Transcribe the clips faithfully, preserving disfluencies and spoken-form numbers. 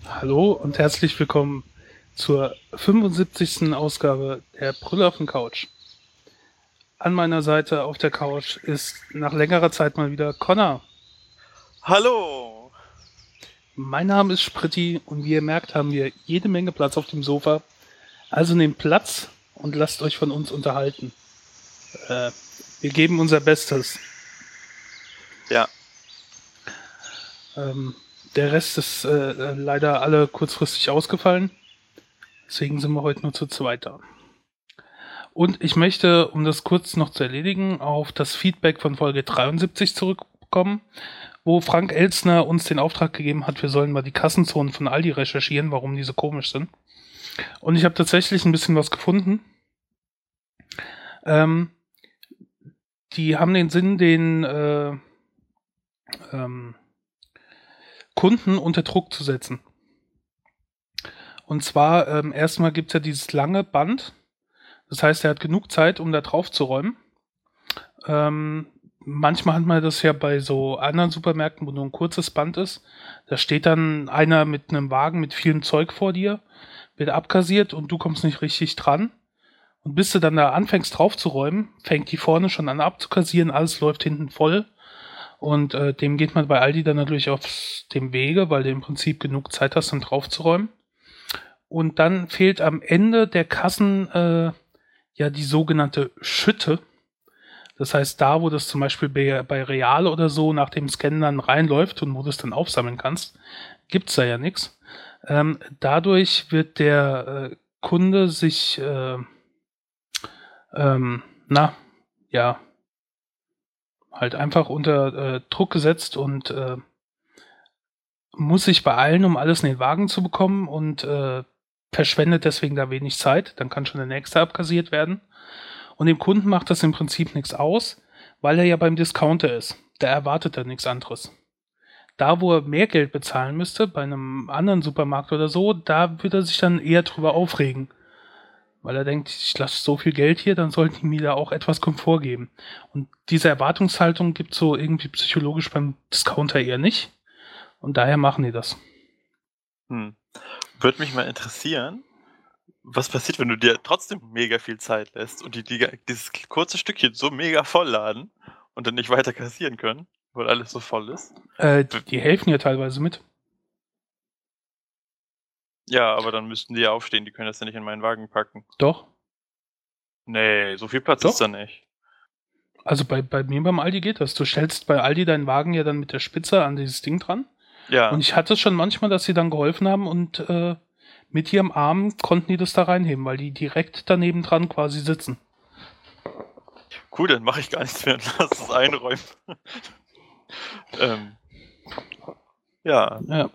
Hallo und herzlich willkommen zur fünfundsiebzigsten Ausgabe der Brüller auf der Couch. An meiner Seite auf der Couch ist nach längerer Zeit mal wieder Connor. Hallo! Mein Name ist Spritti und wie ihr merkt, haben wir jede Menge Platz auf dem Sofa. Also nehmt Platz und lasst euch von uns unterhalten. Äh, wir geben unser Bestes. Ja. Ähm, der Rest ist äh, leider alle kurzfristig ausgefallen. Deswegen sind wir heute nur zu zweit da. Und ich möchte, um das kurz noch zu erledigen, auf das Feedback von Folge dreiundsiebzig zurückkommen, wo Frank Elstner uns den Auftrag gegeben hat, wir sollen mal die Kassenzonen von Aldi recherchieren, warum die so komisch sind. Und ich habe tatsächlich ein bisschen was gefunden. Ähm, die haben den Sinn, den äh, ähm, Kunden unter Druck zu setzen. Und zwar, ähm, erstmal gibt es ja dieses lange Band. Das heißt, er hat genug Zeit, um da drauf zu räumen. Ähm, manchmal hat man das ja bei so anderen Supermärkten, wo nur ein kurzes Band ist. Da steht dann einer mit einem Wagen mit vielem Zeug vor dir, wird abkassiert und du kommst nicht richtig dran. Und bis du dann da anfängst draufzuräumen, fängt die vorne schon an abzukassieren, alles läuft hinten voll. Und äh, dem geht man bei Aldi dann natürlich auf dem Wege, weil du im Prinzip genug Zeit hast, dann draufzuräumen. Und dann fehlt am Ende der Kassen äh, ja die sogenannte Schütte. Das heißt, da, wo das zum Beispiel bei, bei Real oder so nach dem Scannen dann reinläuft und wo du es dann aufsammeln kannst, gibt's da ja nichts. Ähm, dadurch wird der äh, Kunde sich, äh, ähm, na, ja, halt einfach unter äh, Druck gesetzt und äh, muss sich beeilen, um alles in den Wagen zu bekommen und äh, verschwendet deswegen da wenig Zeit. Dann kann schon der nächste abkassiert werden. Und dem Kunden macht das im Prinzip nichts aus, weil er ja beim Discounter ist. Da erwartet er nichts anderes. Da, wo er mehr Geld bezahlen müsste, bei einem anderen Supermarkt oder so, da würde er sich dann eher drüber aufregen. Weil er denkt, ich lasse so viel Geld hier, dann sollten die mir da auch etwas Komfort geben. Und diese Erwartungshaltung gibt es so irgendwie psychologisch beim Discounter eher nicht. Und daher machen die das. Hm. Würde mich mal interessieren, was passiert, wenn du dir trotzdem mega viel Zeit lässt und die, die dieses kurze Stückchen so mega voll laden und dann nicht weiter kassieren können, weil alles so voll ist? Äh, die, die helfen ja teilweise mit. Ja, aber dann müssten die ja aufstehen, die können das ja nicht in meinen Wagen packen. Doch. Nee, so viel Platz Doch. ist da nicht. Also bei, bei mir beim Aldi geht das. Du stellst bei Aldi deinen Wagen ja dann mit der Spitze an dieses Ding dran. Ja. Und ich hatte es schon manchmal, dass sie dann geholfen haben und äh, mit ihrem Arm konnten die das da reinheben, weil die direkt daneben dran quasi sitzen. Cool, dann mache ich gar nichts mehr und lass es einräumen. ähm, ja. Ja.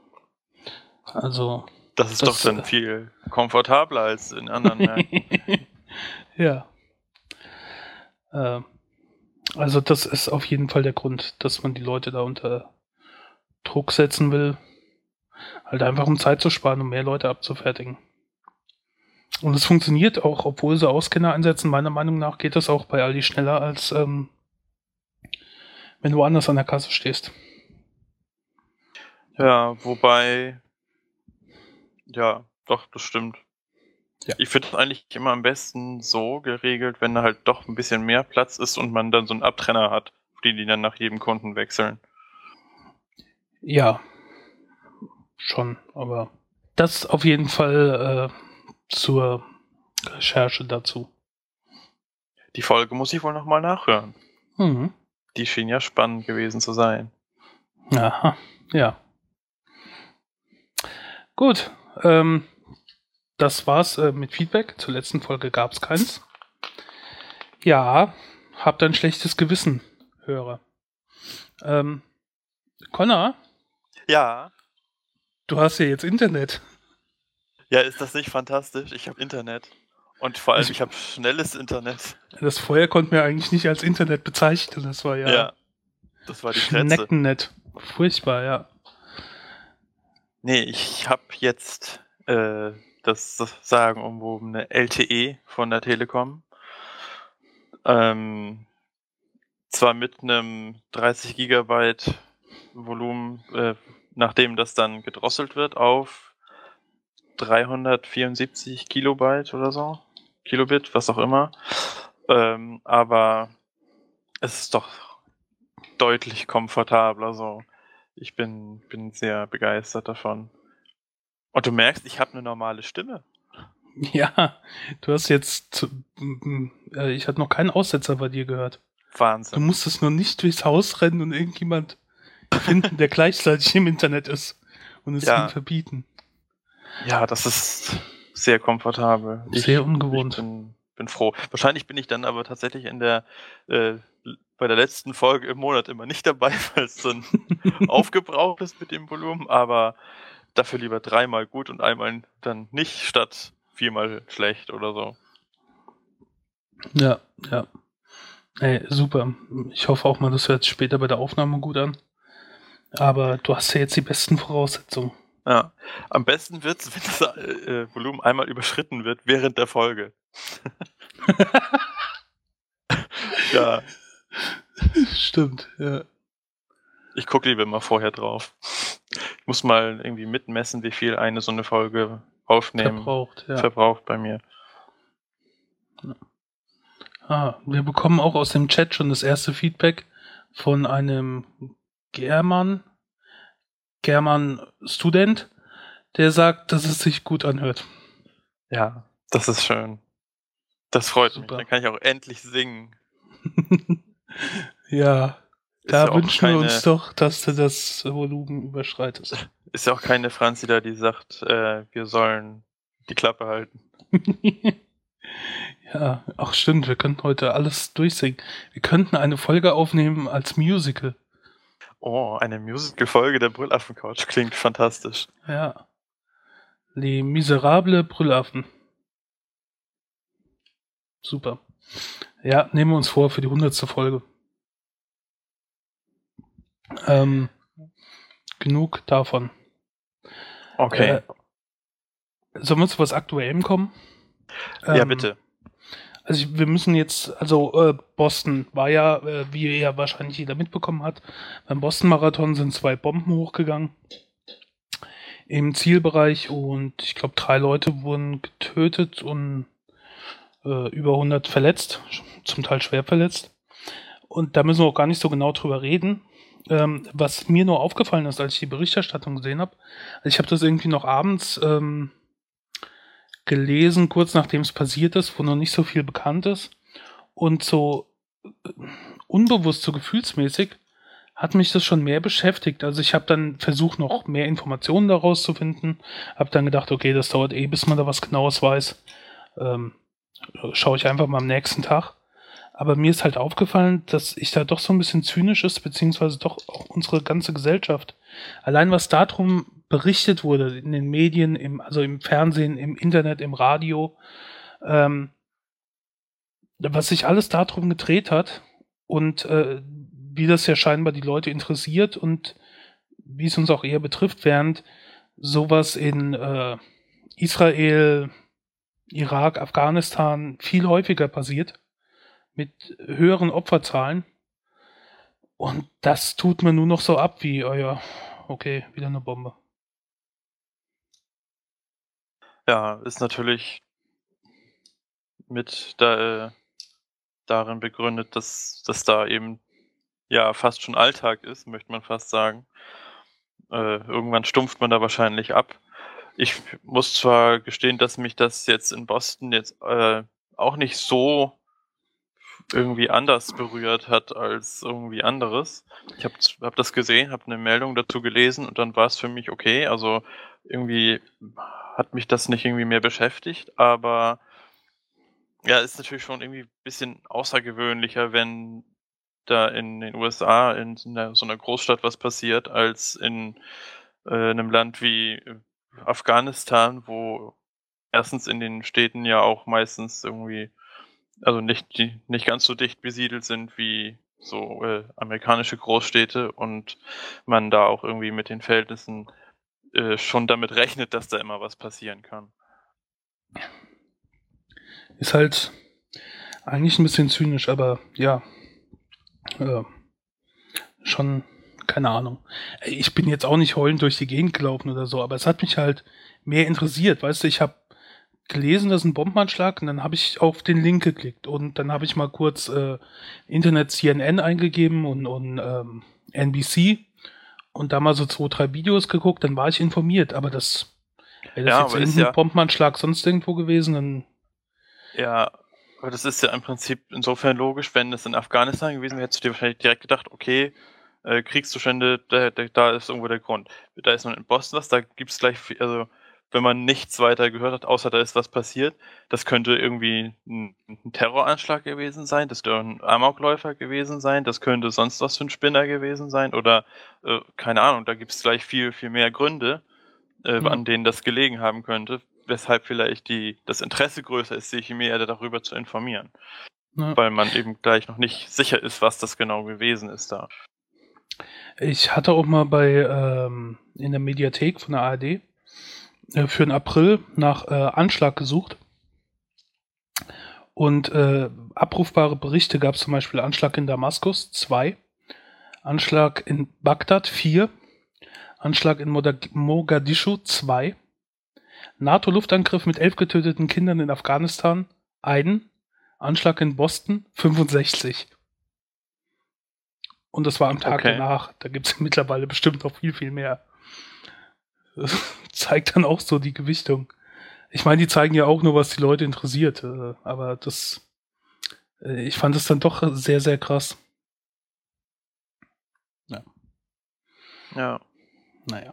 Also. Das ist das, doch dann viel komfortabler als in anderen Märkten. Ja. Äh, also das ist auf jeden Fall der Grund, dass man die Leute da unter Druck setzen will. Halt einfach um Zeit zu sparen, um mehr Leute abzufertigen. Und es funktioniert auch, obwohl sie Auskenner einsetzen. Meiner Meinung nach geht das auch bei Aldi schneller, als ähm, wenn du woanders an der Kasse stehst. Ja, wobei, ja, doch, das stimmt. Ja. Ich finde es eigentlich immer am besten so geregelt, wenn da halt doch ein bisschen mehr Platz ist und man dann so einen Abtrenner hat, die die dann nach jedem Kunden wechseln. Ja, schon, aber das auf jeden Fall äh, zur Recherche dazu. Die Folge muss ich wohl nochmal nachhören. Mhm. Die schien ja spannend gewesen zu sein. Aha, ja. Gut, ähm, das war's äh, mit Feedback. Zur letzten Folge gab's keins. Ja, habt ein schlechtes Gewissen, Hörer. Ähm, Connor? Ja. Du hast ja jetzt Internet. Ja, ist das nicht fantastisch? Ich habe Internet. Und vor allem, ich, ich habe schnelles Internet. Das vorher konnten wir eigentlich nicht als Internet bezeichnen. Das war ja, ja das war die Schneckennet. Furchtbar, ja. Nee, ich habe jetzt äh, das sagen umwobene L T E von der Telekom. Ähm, zwar mit einem dreißig Gigabyte Volumen, äh, nachdem das dann gedrosselt wird auf dreihundertvierundsiebzig Kilobyte oder so, Kilobit, was auch immer. Ähm, aber es ist doch deutlich komfortabler so. Ich bin, bin sehr begeistert davon. Und du merkst, ich habe eine normale Stimme. Ja, du hast jetzt, äh, ich hatte noch keinen Aussetzer bei dir gehört. Wahnsinn. Du musstest nur nicht durchs Haus rennen und irgendjemand finden, der gleichzeitig im Internet ist und es Ja. ihm verbieten. Ja, das ist sehr komfortabel. Sehr ich, ungewohnt. Ich bin, bin froh. Wahrscheinlich bin ich dann aber tatsächlich in der äh, bei der letzten Folge im Monat immer nicht dabei, weil es dann aufgebraucht ist mit dem Volumen, aber dafür lieber dreimal gut und einmal dann nicht, statt viermal schlecht oder so. Ja, ja. Ey, super. Ich hoffe auch mal, das hört sich später bei der Aufnahme gut an. Aber du hast ja jetzt die besten Voraussetzungen. Ja, am besten wird es, wenn das äh, Volumen einmal überschritten wird während der Folge. Ja. Stimmt, ja. Ich gucke lieber mal vorher drauf. Ich muss mal irgendwie mitmessen, wie viel eine so eine Folge aufnehmen Verbraucht, ja. verbraucht bei mir. Ah, wir bekommen auch aus dem Chat schon das erste Feedback von einem German, German-Student, der sagt, dass es sich gut anhört. Ja, das ist schön. Das freut Super. mich. Dann kann ich auch endlich singen. Ja, Ist da ja auch wünschen wir keine- uns doch, dass du das Volumen überschreitest. Ist ja auch keine Franzi da, die sagt, äh, wir sollen die Klappe halten. Ja, ach stimmt, wir könnten heute alles durchsingen. Wir könnten eine Folge aufnehmen als Musical. Oh, eine Musical-Folge der Brüllaffen-Couch klingt fantastisch. Ja. Les Miserables Brüllaffen. Super. Ja, nehmen wir uns vor für die hundertste Folge. Ähm, genug davon. Okay. Äh, sollen wir zu was Aktuellem kommen? ja, Ähm, bitte. Also ich, wir müssen jetzt, also äh, Boston war ja, äh, wie ja wahrscheinlich jeder mitbekommen hat, beim Boston-Marathon sind zwei Bomben hochgegangen im Zielbereich und ich glaube drei Leute wurden getötet und äh, über hundert verletzt, zum Teil schwer verletzt. Und da müssen wir auch gar nicht so genau drüber reden. Ähm, was mir nur aufgefallen ist, als ich die Berichterstattung gesehen habe, also ich habe das irgendwie noch abends ähm, gelesen, kurz nachdem es passiert ist, wo noch nicht so viel bekannt ist. Und so äh, unbewusst, so gefühlsmäßig, hat mich das schon mehr beschäftigt. Also ich habe dann versucht, noch mehr Informationen daraus zu finden. Habe dann gedacht, okay, das dauert eh, bis man da was Genaues weiß. Ähm, schaue ich einfach mal am nächsten Tag. Aber mir ist halt aufgefallen, dass ich da doch so ein bisschen zynisch ist, beziehungsweise doch auch unsere ganze Gesellschaft. Allein was darum berichtet wurde in den Medien, im, also im Fernsehen, im Internet, im Radio, ähm, was sich alles darum gedreht hat und äh, wie das ja scheinbar die Leute interessiert und wie es uns auch eher betrifft, während sowas in äh, Israel, Irak, Afghanistan viel häufiger passiert, mit höheren Opferzahlen. Und das tut man nur noch so ab wie, oh ja, okay, wieder eine Bombe. Ja, ist natürlich mit da, äh, darin begründet, dass das da eben ja fast schon Alltag ist, möchte man fast sagen. Äh, irgendwann stumpft man da wahrscheinlich ab. Ich muss zwar gestehen, dass mich das jetzt in Boston jetzt äh, auch nicht so irgendwie anders berührt hat als irgendwie anderes. Ich habe hab das gesehen, habe eine Meldung dazu gelesen und dann war es für mich okay. Also irgendwie hat mich das nicht irgendwie mehr beschäftigt, aber ja, ist natürlich schon irgendwie ein bisschen außergewöhnlicher, wenn da in den U S A in so einer, so einer Großstadt was passiert, als in äh, einem Land wie Afghanistan, wo erstens in den Städten ja auch meistens irgendwie, also nicht, die nicht ganz so dicht besiedelt sind wie so äh, amerikanische Großstädte und man da auch irgendwie mit den Verhältnissen äh, schon damit rechnet, dass da immer was passieren kann. Ist halt eigentlich ein bisschen zynisch, aber ja, äh, schon keine Ahnung. Ich bin jetzt auch nicht heulend durch die Gegend gelaufen oder so, aber es hat mich halt mehr interessiert. Weißt du, ich habe gelesen, das ist ein Bombenanschlag und dann habe ich auf den Link geklickt und dann habe ich mal kurz äh, Internet C N N eingegeben und, und ähm, N B C und da mal so zwei, drei Videos geguckt, dann war ich informiert, aber das wäre das Ja, jetzt aber ist irgendein ja- Bombenanschlag sonst irgendwo gewesen, dann Ja, aber das ist ja im Prinzip insofern logisch, wenn es in Afghanistan gewesen wäre, hättest du dir wahrscheinlich direkt gedacht, okay, äh, Kriegszustände, da, da, da ist irgendwo der Grund. Da ist nun in Boston was, da gibt es gleich, viel, also wenn man nichts weiter gehört hat, außer da ist was passiert, das könnte irgendwie ein, ein Terroranschlag gewesen sein, das könnte ein Amokläufer gewesen sein, das könnte sonst was für ein Spinner gewesen sein oder äh, keine Ahnung, da gibt es gleich viel, viel mehr Gründe, äh, Ja. an denen das gelegen haben könnte, weshalb vielleicht die, das Interesse größer ist, sich mehr darüber zu informieren. Ja. Weil man eben gleich noch nicht sicher ist, was das genau gewesen ist da. Ich hatte auch mal bei ähm, in der Mediathek von der A R D äh, für den April nach äh, Anschlag gesucht. Und äh, abrufbare Berichte gab es zum Beispiel Anschlag in Damaskus zwei, Anschlag in Bagdad vier, Anschlag in Moda- Mogadischu zwei, NATO-Luftangriff mit elf getöteten Kindern in Afghanistan einen, Anschlag in Boston fünfundsechzig. Und das war am Tag Okay. danach. Da gibt es mittlerweile bestimmt noch viel, viel mehr. Das zeigt dann auch so die Gewichtung. Ich meine, die zeigen ja auch nur, was die Leute interessiert. äh, Aber das, äh, ich fand es dann doch sehr, sehr krass. Ja. Naja.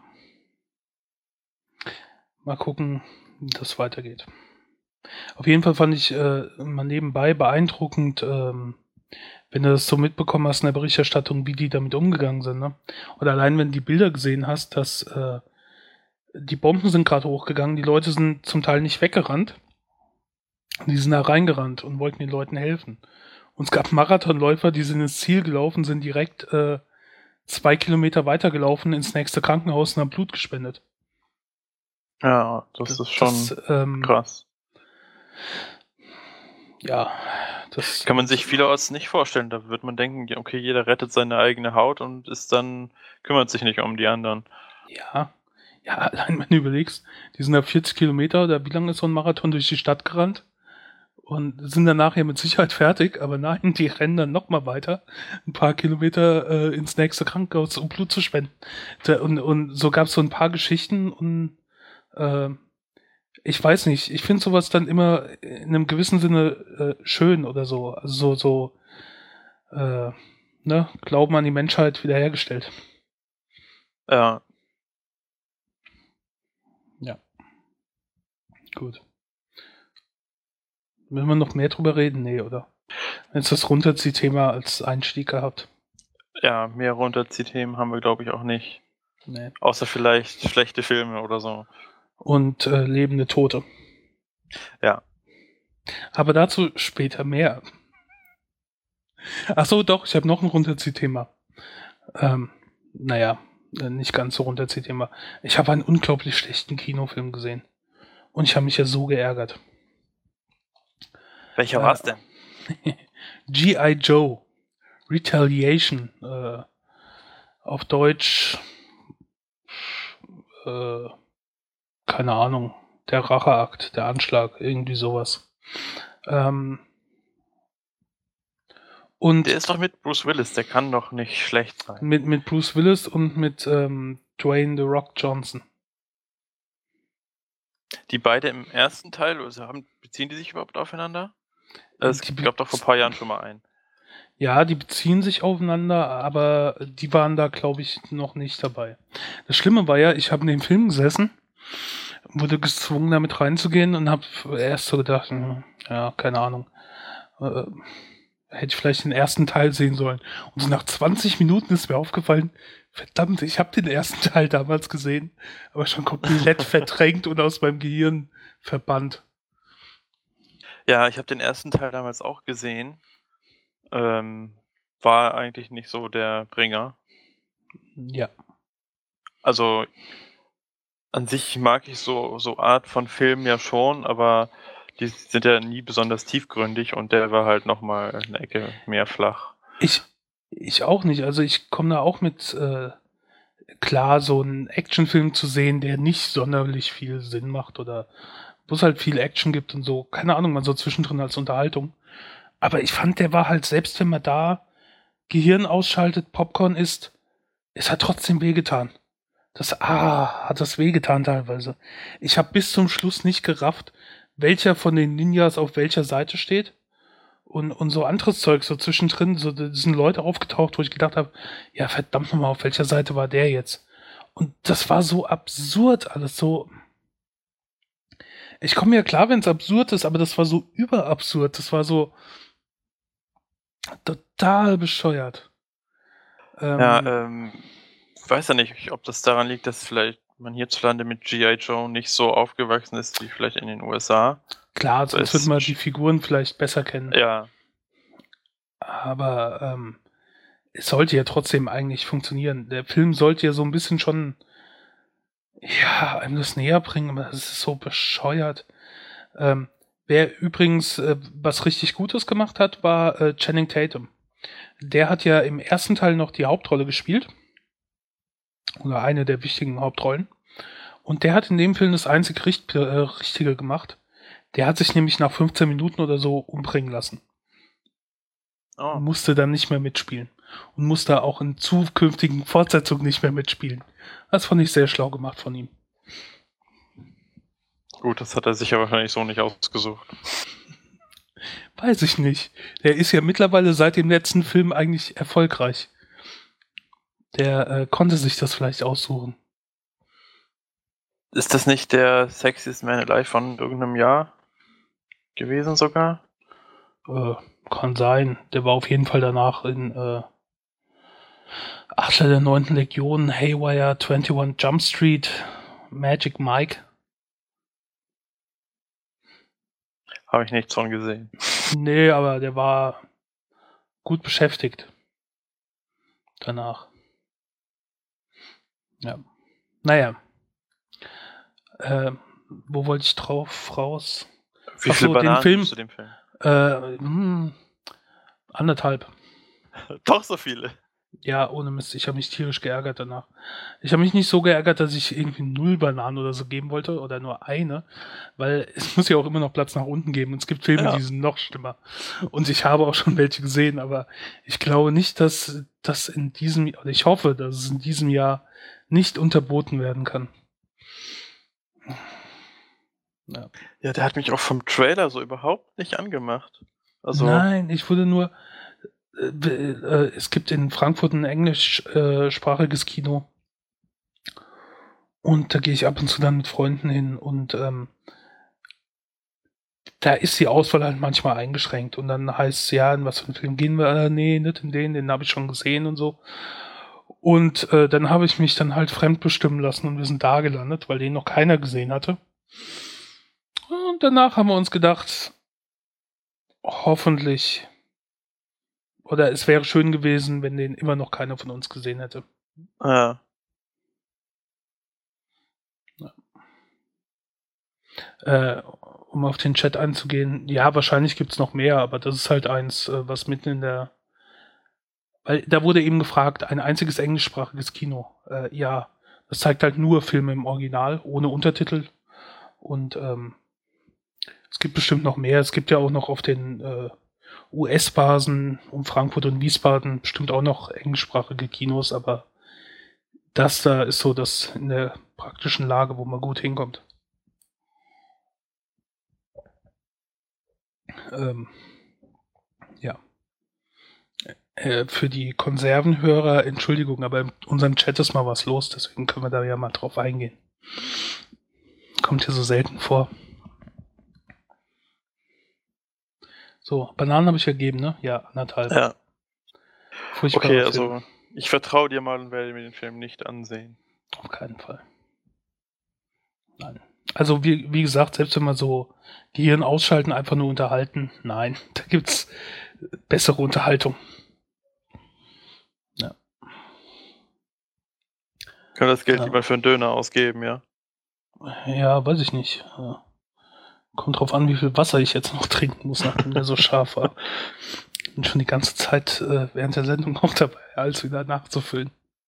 Mal gucken, wie das weitergeht. Auf jeden Fall fand ich äh, mal nebenbei beeindruckend, ähm, wenn du das so mitbekommen hast in der Berichterstattung, wie die damit umgegangen sind. Ne? Und allein, wenn du die Bilder gesehen hast, dass äh, die Bomben sind gerade hochgegangen, die Leute sind zum Teil nicht weggerannt. Die sind da reingerannt und wollten den Leuten helfen. Und es gab Marathonläufer, die sind ins Ziel gelaufen, sind direkt äh, zwei Kilometer weitergelaufen ins nächste Krankenhaus und haben Blut gespendet. Ja, das ist schon Das, ähm, krass. Ja, das Kann man sich vielerorts nicht vorstellen. Da wird man denken, ja, okay, jeder rettet seine eigene Haut und ist dann, kümmert sich nicht um die anderen. Ja, ja, allein wenn du überlegst, die sind da vierzig Kilometer oder wie lange ist so ein Marathon durch die Stadt gerannt und sind dann nachher mit Sicherheit fertig, aber nein, die rennen dann nochmal weiter, ein paar Kilometer äh, ins nächste Krankenhaus, um Blut zu spenden. Da, und, und so gab es so ein paar Geschichten und äh, ich weiß nicht, ich finde sowas dann immer in einem gewissen Sinne äh, schön oder so, also so, so äh, ne, Glauben an die Menschheit wiederhergestellt. Ja, Ja. Gut. Müssen wir noch mehr drüber reden? Nee, oder? Jetzt das Runterzieh-Thema als Einstieg gehabt. ja, mehr Runterzieh-Themen haben wir, glaube ich, auch nicht. Nee. Außer vielleicht schlechte Filme oder so. Und äh, lebende Tote. Ja. Aber dazu später mehr. Ach so, doch, ich habe noch ein Runterzieh-Thema. Ähm, naja, äh, nicht ganz so Runterzieh-Thema. Ich habe einen unglaublich schlechten Kinofilm gesehen. Und ich habe mich ja so geärgert. Welcher Äh, war's denn? G I. Joe. Retaliation. Äh, auf Deutsch. Äh, keine Ahnung. Der Racheakt, der Anschlag, irgendwie sowas. Ähm, und Der ist doch mit Bruce Willis, der kann doch nicht schlecht sein. mit, mit Bruce Willis und mit ähm, Dwayne The Rock Johnson. Die beide im ersten Teil, also haben, beziehen die sich überhaupt aufeinander? Äh, Es die gab doch vor ein paar Jahren schon mal einen. Ja, die beziehen sich aufeinander, aber die waren da, glaube ich, noch nicht dabei. Das Schlimme war ja, ich habe in dem Film gesessen, wurde gezwungen, damit reinzugehen und habe erst so gedacht, hm, ja, keine Ahnung, äh, hätte ich vielleicht den ersten Teil sehen sollen. Und so nach zwanzig Minuten ist mir aufgefallen, verdammt, ich habe den ersten Teil damals gesehen, aber schon komplett verdrängt und aus meinem Gehirn verbannt. Ja, ich habe den ersten Teil damals auch gesehen. Ähm, war eigentlich nicht so der Bringer. Ja. Also an sich mag ich so, so Art von Film ja schon, aber die sind ja nie besonders tiefgründig und der war halt nochmal eine Ecke mehr flach. Ich, Ich auch nicht. Also ich komme da auch mit äh, klar, so einen Actionfilm zu sehen, der nicht sonderlich viel Sinn macht oder wo es halt viel Action gibt und so. Keine Ahnung, man so zwischendrin als Unterhaltung. Aber ich fand, der war halt, selbst wenn man da Gehirn ausschaltet, Popcorn isst, es hat trotzdem wehgetan. Das, ah, hat das wehgetan teilweise. Ich habe bis zum Schluss nicht gerafft, welcher von den Ninjas auf welcher Seite steht. Und, und so anderes Zeug, so zwischendrin, so da sind Leute aufgetaucht, wo ich gedacht habe, ja verdammt nochmal, auf welcher Seite war der jetzt? Und das war so absurd alles, so. Ich komme ja klar, wenn es absurd ist, aber das war so überabsurd, das war so total bescheuert. Ähm, ja, ähm, ich weiß ja nicht, ob das daran liegt, dass vielleicht man hierzulande mit G I. Joe nicht so aufgewachsen ist, wie vielleicht in den U S A. Klar, sonst wird man die Figuren vielleicht besser kennen. Ja. Aber ähm, es sollte ja trotzdem eigentlich funktionieren. Der Film sollte ja so ein bisschen schon, ja, einem das näher bringen, aber das ist so bescheuert. Ähm, wer übrigens äh, was richtig Gutes gemacht hat, war äh, Channing Tatum. Der hat ja im ersten Teil noch die Hauptrolle gespielt. Oder eine der wichtigen Hauptrollen. Und der hat in dem Film das einzig Richt- äh, Richtige gemacht. Der hat sich nämlich nach fünfzehn Minuten oder so umbringen lassen. Oh. Musste dann nicht mehr mitspielen. Und musste auch in zukünftigen Fortsetzungen nicht mehr mitspielen. Das fand ich sehr schlau gemacht von ihm. Gut, das hat er sich ja wahrscheinlich so nicht ausgesucht. Weiß ich nicht. Der ist ja mittlerweile seit dem letzten Film eigentlich erfolgreich. Der äh, konnte sich das vielleicht aussuchen. Ist das nicht der Sexiest Man Alive von irgendeinem Jahr gewesen sogar? Äh, kann sein. Der war auf jeden Fall danach in äh, Adler der neunten Legion, Haywire, einundzwanzig Jump Street, Magic Mike. Habe ich nichts von gesehen. Nee, aber der war gut beschäftigt. Danach. Ja. Naja. Äh, wo wollte ich drauf raus? Wie Ach viele so, Bananen den Film, du dem Film? Äh, hm, anderthalb. Doch so viele. Ja, ohne Mist. Ich habe mich tierisch geärgert danach. Ich habe mich nicht so geärgert, dass ich irgendwie null Bananen oder so geben wollte oder nur eine, weil es muss ja auch immer noch Platz nach unten geben und es gibt Filme, ja. die sind noch schlimmer. Und ich habe auch schon welche gesehen, aber ich glaube nicht, dass das in diesem, oder ich hoffe, dass es in diesem Jahr nicht unterboten werden kann. Ja. ja, der hat mich auch vom Trailer so überhaupt nicht angemacht. Also Nein, ich wurde nur äh, äh, es gibt in Frankfurt ein englischsprachiges Kino und da gehe ich ab und zu dann mit Freunden hin und ähm, da ist die Auswahl halt manchmal eingeschränkt und dann heißt es, ja, in was für einen Film gehen wir? Äh, nee, nicht in den, den habe ich schon gesehen und so. Und äh, dann habe ich mich dann halt fremdbestimmen lassen und wir sind da gelandet, weil den noch keiner gesehen hatte. Und danach haben wir uns gedacht, hoffentlich, oder es wäre schön gewesen, wenn den immer noch keiner von uns gesehen hätte. Ja. ja. Äh, um auf den Chat einzugehen, ja, wahrscheinlich gibt's noch mehr, aber das ist halt eins, was mitten in der, weil da wurde eben gefragt, ein einziges englischsprachiges Kino. Äh, ja, das zeigt halt nur Filme im Original, ohne Untertitel. Und ähm, es gibt bestimmt noch mehr. Es gibt ja auch noch auf den äh, U S-Basen um Frankfurt und Wiesbaden bestimmt auch noch englischsprachige Kinos, aber das da ist so das in der praktischen Lage, wo man gut hinkommt. Ähm, ja. Äh, für die Konservenhörer, Entschuldigung, aber in unserem Chat ist mal was los, deswegen können wir da ja mal drauf eingehen. Kommt hier so selten vor. So, Bananen habe ich gegeben, ne? Ja, anderthalb. Ja. Furchtbarer okay, Film. also ich vertraue dir mal und werde mir den Film nicht ansehen. Auf keinen Fall. Nein. Also wie, wie gesagt, selbst wenn man so Gehirn ausschalten, einfach nur unterhalten, nein, da gibt's bessere Unterhaltung. Ja. Können das Geld ja. lieber für einen Döner ausgeben, ja? Ja, weiß ich nicht. Ja. Kommt drauf an, wie viel Wasser ich jetzt noch trinken muss, nachdem der so scharf war. Ich bin schon die ganze Zeit äh, während der Sendung auch dabei, alles wieder nachzufüllen.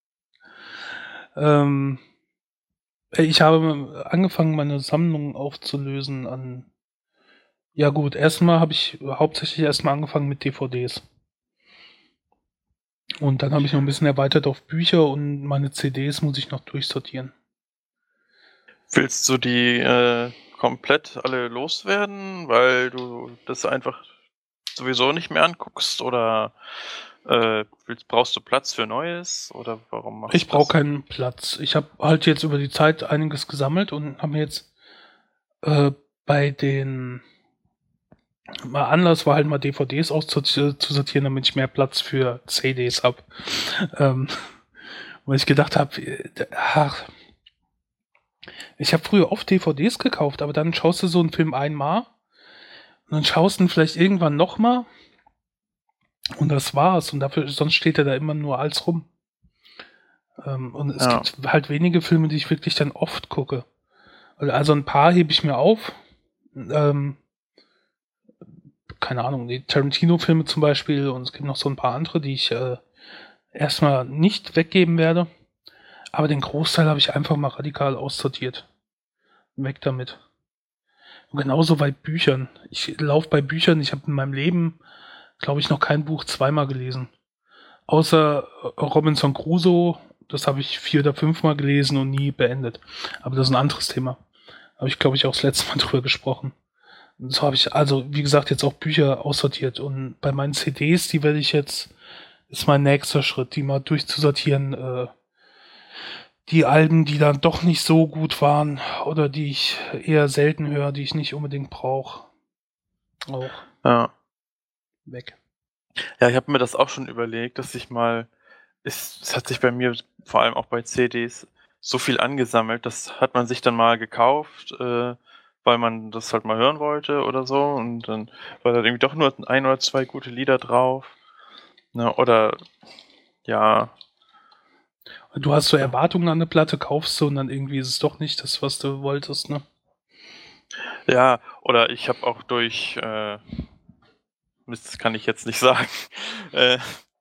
Ähm, ich habe angefangen, meine Sammlung aufzulösen an... Ja gut, erstmal habe ich hauptsächlich erstmal angefangen mit D V Ds. Und dann habe ich noch ein bisschen erweitert auf Bücher und meine C Ds muss ich noch durchsortieren. Willst du die äh, komplett alle loswerden, weil du das einfach sowieso nicht mehr anguckst? Oder äh, willst, brauchst du Platz für Neues? Oder warum machst Ich du brauche das? keinen Platz. Ich habe halt jetzt über die Zeit einiges gesammelt und habe mir jetzt äh, bei den... Mal Anlass war halt mal D V Ds auszusortieren, damit ich mehr Platz für C Ds habe. Ähm, weil ich gedacht habe, ach, ich habe früher oft D V Ds gekauft, aber dann schaust du so einen Film einmal und dann schaust du ihn vielleicht irgendwann nochmal und das war's. Und dafür, sonst steht er da immer nur als rum. Ähm, und es Ja. gibt halt wenige Filme, die ich wirklich dann oft gucke. Also ein paar hebe ich mir auf. Ähm, keine Ahnung, die Tarantino-Filme zum Beispiel und es gibt noch so ein paar andere, die ich äh, erstmal nicht weggeben werde. Aber den Großteil habe ich einfach mal radikal aussortiert. Weg damit. Und genauso bei Büchern. Ich laufe bei Büchern, ich habe in meinem Leben, glaube ich, noch kein Buch zweimal gelesen. Außer Robinson Crusoe, das habe ich vier oder fünfmal gelesen und nie beendet. Aber das ist ein anderes Thema. Habe ich, glaube ich, auch das letzte Mal drüber gesprochen. Und so habe ich, also wie gesagt, jetzt auch Bücher aussortiert. Und bei meinen C Ds, die werde ich jetzt, ist mein nächster Schritt, die mal durchzusortieren, äh, die Alben, die dann doch nicht so gut waren oder die ich eher selten höre, die ich nicht unbedingt brauche. Auch Ja. weg. Ja, ich habe mir das auch schon überlegt, dass ich mal, es, es hat sich bei mir, vor allem auch bei C Ds, so viel angesammelt, das hat man sich dann mal gekauft, äh, weil man das halt mal hören wollte oder so und dann war da irgendwie doch nur ein oder zwei gute Lieder drauf. Ne, oder ja. Du hast so Erwartungen an eine Platte, kaufst du und dann irgendwie ist es doch nicht das, was du wolltest, ne? Ja, oder ich habe auch durch, äh, Mist, das kann ich jetzt nicht sagen, äh,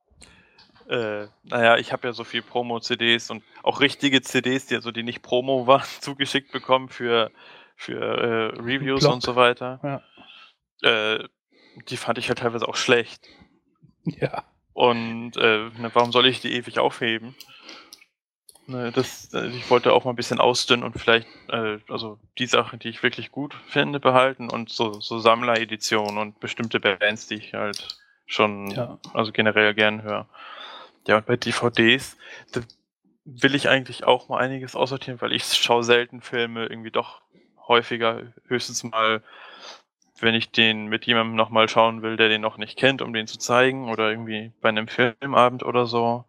äh, naja, ich habe ja so viel Promo-C Ds und auch richtige C Ds, die also die nicht Promo waren, zugeschickt bekommen für, für äh, Reviews Blog. und so weiter. Ja. Äh, die fand ich halt teilweise auch schlecht. Ja. Und äh, ne, warum soll ich die ewig aufheben? Ne, das, äh, ich wollte auch mal ein bisschen ausdünnen und vielleicht, äh, also die Sachen, die ich wirklich gut finde, behalten und so, so Sammlereditionen und bestimmte Bands, die ich halt schon, Ja. also generell gern höre. Ja, und bei D V Ds, da will ich eigentlich auch mal einiges aussortieren, weil ich schaue selten Filme irgendwie doch häufiger, höchstens mal, wenn ich den mit jemandem nochmal schauen will, der den noch nicht kennt, um den zu zeigen oder irgendwie bei einem Filmabend oder so.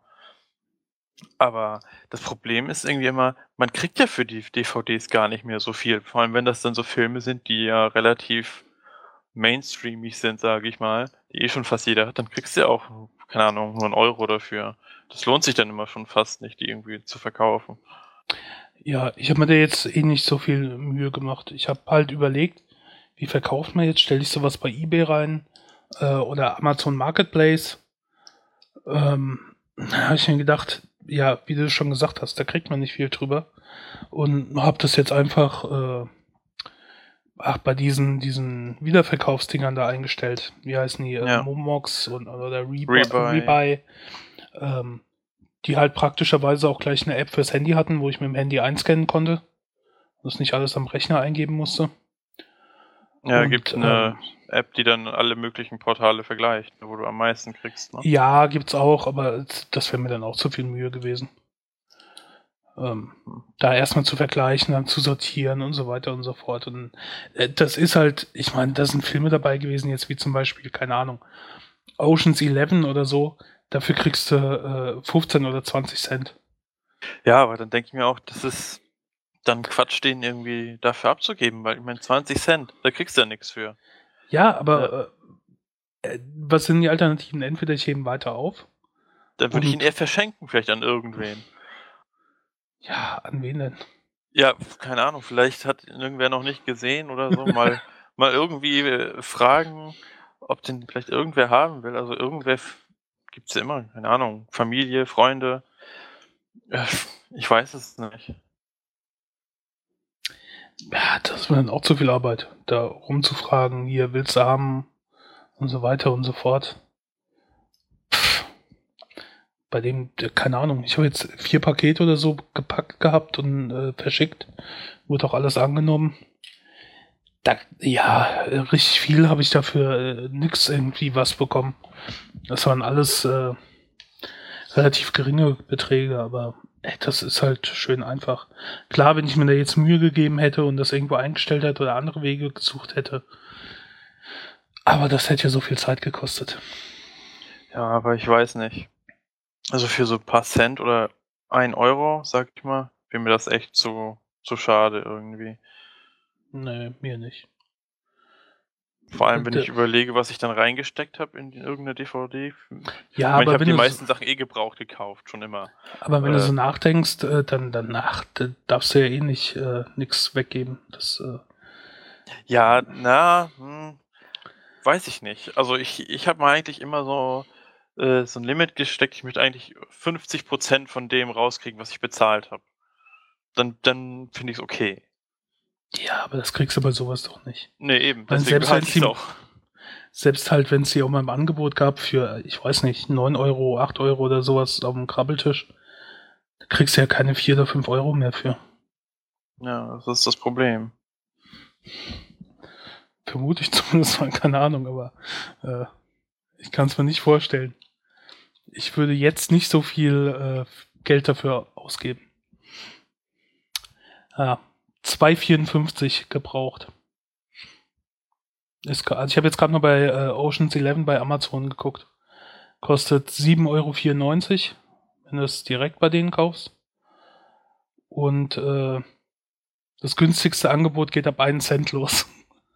Aber das Problem ist irgendwie immer, man kriegt ja für die D V Ds gar nicht mehr so viel. Vor allem, wenn das dann so Filme sind, die ja relativ mainstreamig sind, sage ich mal, die eh schon fast jeder hat, dann kriegst du ja auch, keine Ahnung, nur einen Euro dafür. Das lohnt sich dann immer schon fast nicht, die irgendwie zu verkaufen. Ja, ich habe mir da jetzt eh nicht so viel Mühe gemacht. Ich habe halt überlegt, wie verkauft man jetzt? Stelle ich sowas bei eBay rein äh, oder Amazon Marketplace? Ähm, da habe ich mir gedacht, ja, wie du schon gesagt hast, da kriegt man nicht viel drüber. Und habe das jetzt einfach äh, ach, bei diesen, diesen Wiederverkaufsdingern da eingestellt. Wie heißen die? Äh, Ja. Momox und, oder Rebuy. Rebuy. Rebuy ähm, die halt praktischerweise auch gleich eine App fürs Handy hatten, wo ich mit dem Handy einscannen konnte. Das nicht alles am Rechner eingeben musste. Ja, Und, gibt eine ähm, App, die dann alle möglichen Portale vergleicht, wo du am meisten kriegst, ne? Ja, gibt's auch, aber das wäre mir dann auch zu viel Mühe gewesen. Ähm, da erstmal zu vergleichen, dann zu sortieren und so weiter und so fort. Und äh, das ist halt, ich meine, da sind Filme dabei gewesen, jetzt wie zum Beispiel, keine Ahnung, Ocean's Eleven oder so. Dafür kriegst du äh, fünfzehn oder zwanzig Cent. Ja, aber dann denke ich mir auch, das ist dann Quatsch, den irgendwie dafür abzugeben, weil ich meine, zwanzig Cent, da kriegst du ja nichts für. Ja, aber äh, was sind die Alternativen? Entweder ich hebe ihn weiter auf. Dann würde ich Und- ihn eher verschenken, vielleicht an irgendwen. Ja, an wen denn? Ja, keine Ahnung, vielleicht hat ihn irgendwer noch nicht gesehen oder so. Mal, mal irgendwie äh, fragen, ob den vielleicht irgendwer haben will. Also irgendwer gibt es ja immer, keine Ahnung, Familie, Freunde. Äh, Ich weiß es nicht. Ja, das war dann auch zu viel Arbeit, da rumzufragen, hier willst du haben und so weiter und so fort. Pff, bei dem, äh, keine Ahnung, ich habe jetzt vier Pakete oder so gepackt gehabt und äh, verschickt. Wurde auch alles angenommen. Da, ja, richtig viel habe ich dafür äh, nix irgendwie was bekommen. Das waren alles äh, relativ geringe Beträge, aber ey, das ist halt schön einfach. Klar, wenn ich mir da jetzt Mühe gegeben hätte und das irgendwo eingestellt hätte oder andere Wege gesucht hätte, aber das hätte ja so viel Zeit gekostet. Ja, aber ich weiß nicht. Also für so ein paar Cent oder ein Euro, sag ich mal, wäre mir das echt zu, zu schade irgendwie. Nee, mir nicht. Vor allem, wenn D- ich überlege, was ich dann reingesteckt habe in irgendeine D V D. Ja, Ich meine, ich aber habe wenn die du, meisten Sachen eh gebraucht gekauft, schon immer. aber wenn du Äh, so nachdenkst, äh, dann danach darfst du ja eh nicht äh, nichts weggeben. Das, äh, ja, na, hm, weiß ich nicht. Also ich, ich habe mir eigentlich immer so, äh, so ein Limit gesteckt. Ich möchte eigentlich fünfzig Prozent von dem rauskriegen, was ich bezahlt habe. Dann, dann finde ich es okay. ja, aber das kriegst du bei sowas doch nicht. Nee, eben, Weil deswegen selbst wenn behalte ich es sie, auch. selbst halt, wenn es sie auch mal im Angebot gab für, ich weiß nicht, neun Euro, acht Euro oder sowas auf dem Krabbeltisch, da kriegst du ja keine vier oder fünf Euro mehr für. Ja, das ist das Problem. Vermute ich zumindest mal, keine Ahnung, aber äh, ich kann es mir nicht vorstellen. Ich würde jetzt nicht so viel äh, Geld dafür ausgeben. Ah, zwei vierundfünfzig gebraucht. Ist, also ich habe jetzt gerade mal bei äh, Ocean's Eleven bei Amazon geguckt. Kostet sieben Euro vierundneunzig, wenn du es direkt bei denen kaufst. Und äh, das günstigste Angebot geht ab einen Cent los.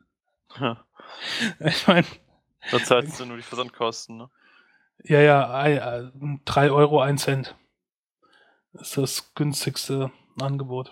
Ich meine, Da zahlst du nur die Versandkosten, ne? ja, ja, drei Euro, ein Cent. Das ist das günstigste Angebot.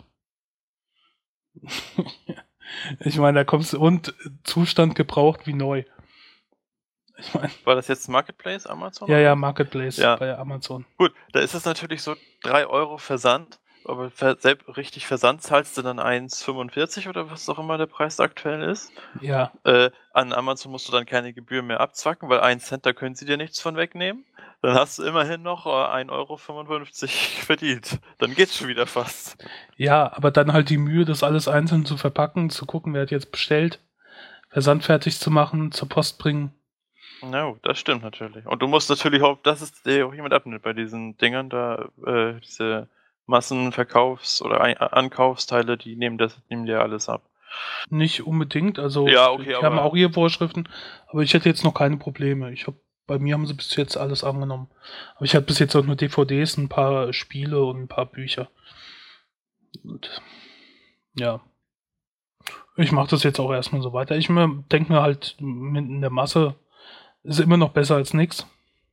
Ich meine, da kommst du und Zustand gebraucht wie neu. Ich meine, War das jetzt Marketplace, Amazon? ja, oder ja, was? Marketplace Ja. bei Amazon. Gut, da ist es natürlich so drei Euro Versand, aber ver selbst richtig Versand zahlst du dann eins fünfundvierzig oder was auch immer der Preis aktuell ist. Ja, Äh, an Amazon musst du dann keine Gebühr mehr abzwacken, weil ein Cent, da können sie dir nichts von wegnehmen. Dann hast du immerhin noch äh, ein Euro fünfundfünfzig verdient. Dann geht's schon wieder fast. ja, aber dann halt die Mühe, das alles einzeln zu verpacken, zu gucken, wer hat jetzt bestellt, Versand fertig zu machen, zur Post bringen. Na gut, das stimmt natürlich. Und du musst natürlich auch, das ist dir auch jemand abnimmt bei diesen Dingern da, äh, diese Massenverkaufs- oder Ein Ankaufsteile, die nehmen das, nehmen dir alles ab. Nicht unbedingt, also Ja, okay, die haben aber auch ihre Vorschriften, aber ich hätte jetzt noch keine Probleme. Ich habe bei mir haben sie bis jetzt alles angenommen. Aber ich hatte bis jetzt auch nur D V Ds, ein paar Spiele und ein paar Bücher. Und ja, ich mache das jetzt auch erstmal so weiter. Ich denke mir halt, in der Masse ist immer noch besser als nichts.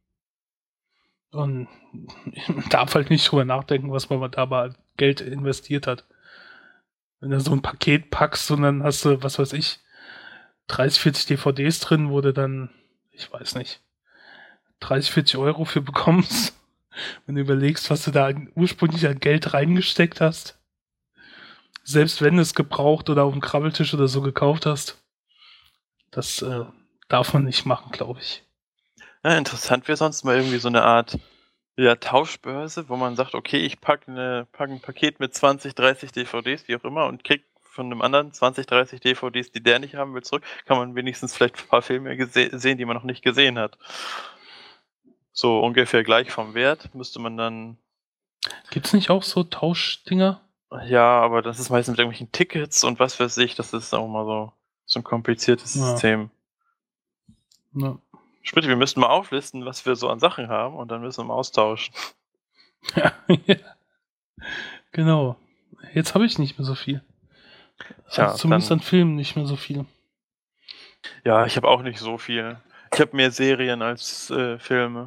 Und ich darf halt nicht drüber nachdenken, was man da mal Geld investiert hat. Wenn du so ein Paket packst und dann hast du, was weiß ich, dreißig, vierzig D V Ds drin, wo du dann, ich weiß nicht, dreißig, vierzig Euro für bekommst. Wenn du überlegst, was du da ursprünglich an Geld reingesteckt hast. Selbst wenn du es gebraucht oder auf dem Krabbeltisch oder so gekauft hast. Das äh, darf man nicht machen, glaube ich. ja, interessant wäre sonst mal irgendwie so eine Art ja, Tauschbörse, wo man sagt, okay, ich packe ne, pack ein Paket mit zwanzig, dreißig D V Ds, wie auch immer, und krieg von einem anderen zwanzig, dreißig D V Ds, die der nicht haben will, zurück. Kann man wenigstens vielleicht ein paar Filme gese- sehen, die man noch nicht gesehen hat. So ungefähr gleich vom Wert müsste man dann. Gibt's nicht auch so Tauschdinger? Ja, aber das ist meistens mit irgendwelchen Tickets und was weiß ich, das ist auch mal so, so ein kompliziertes Ja. System. Ja. Sprich, wir müssten mal auflisten, was wir so an Sachen haben und dann müssen wir mal austauschen. Ja, genau. Jetzt habe ich nicht mehr so viel. Tja, also zumindest dann, an Filmen nicht mehr so viel. ja, ich habe auch nicht so viel. Ich habe mehr Serien als äh, Filme.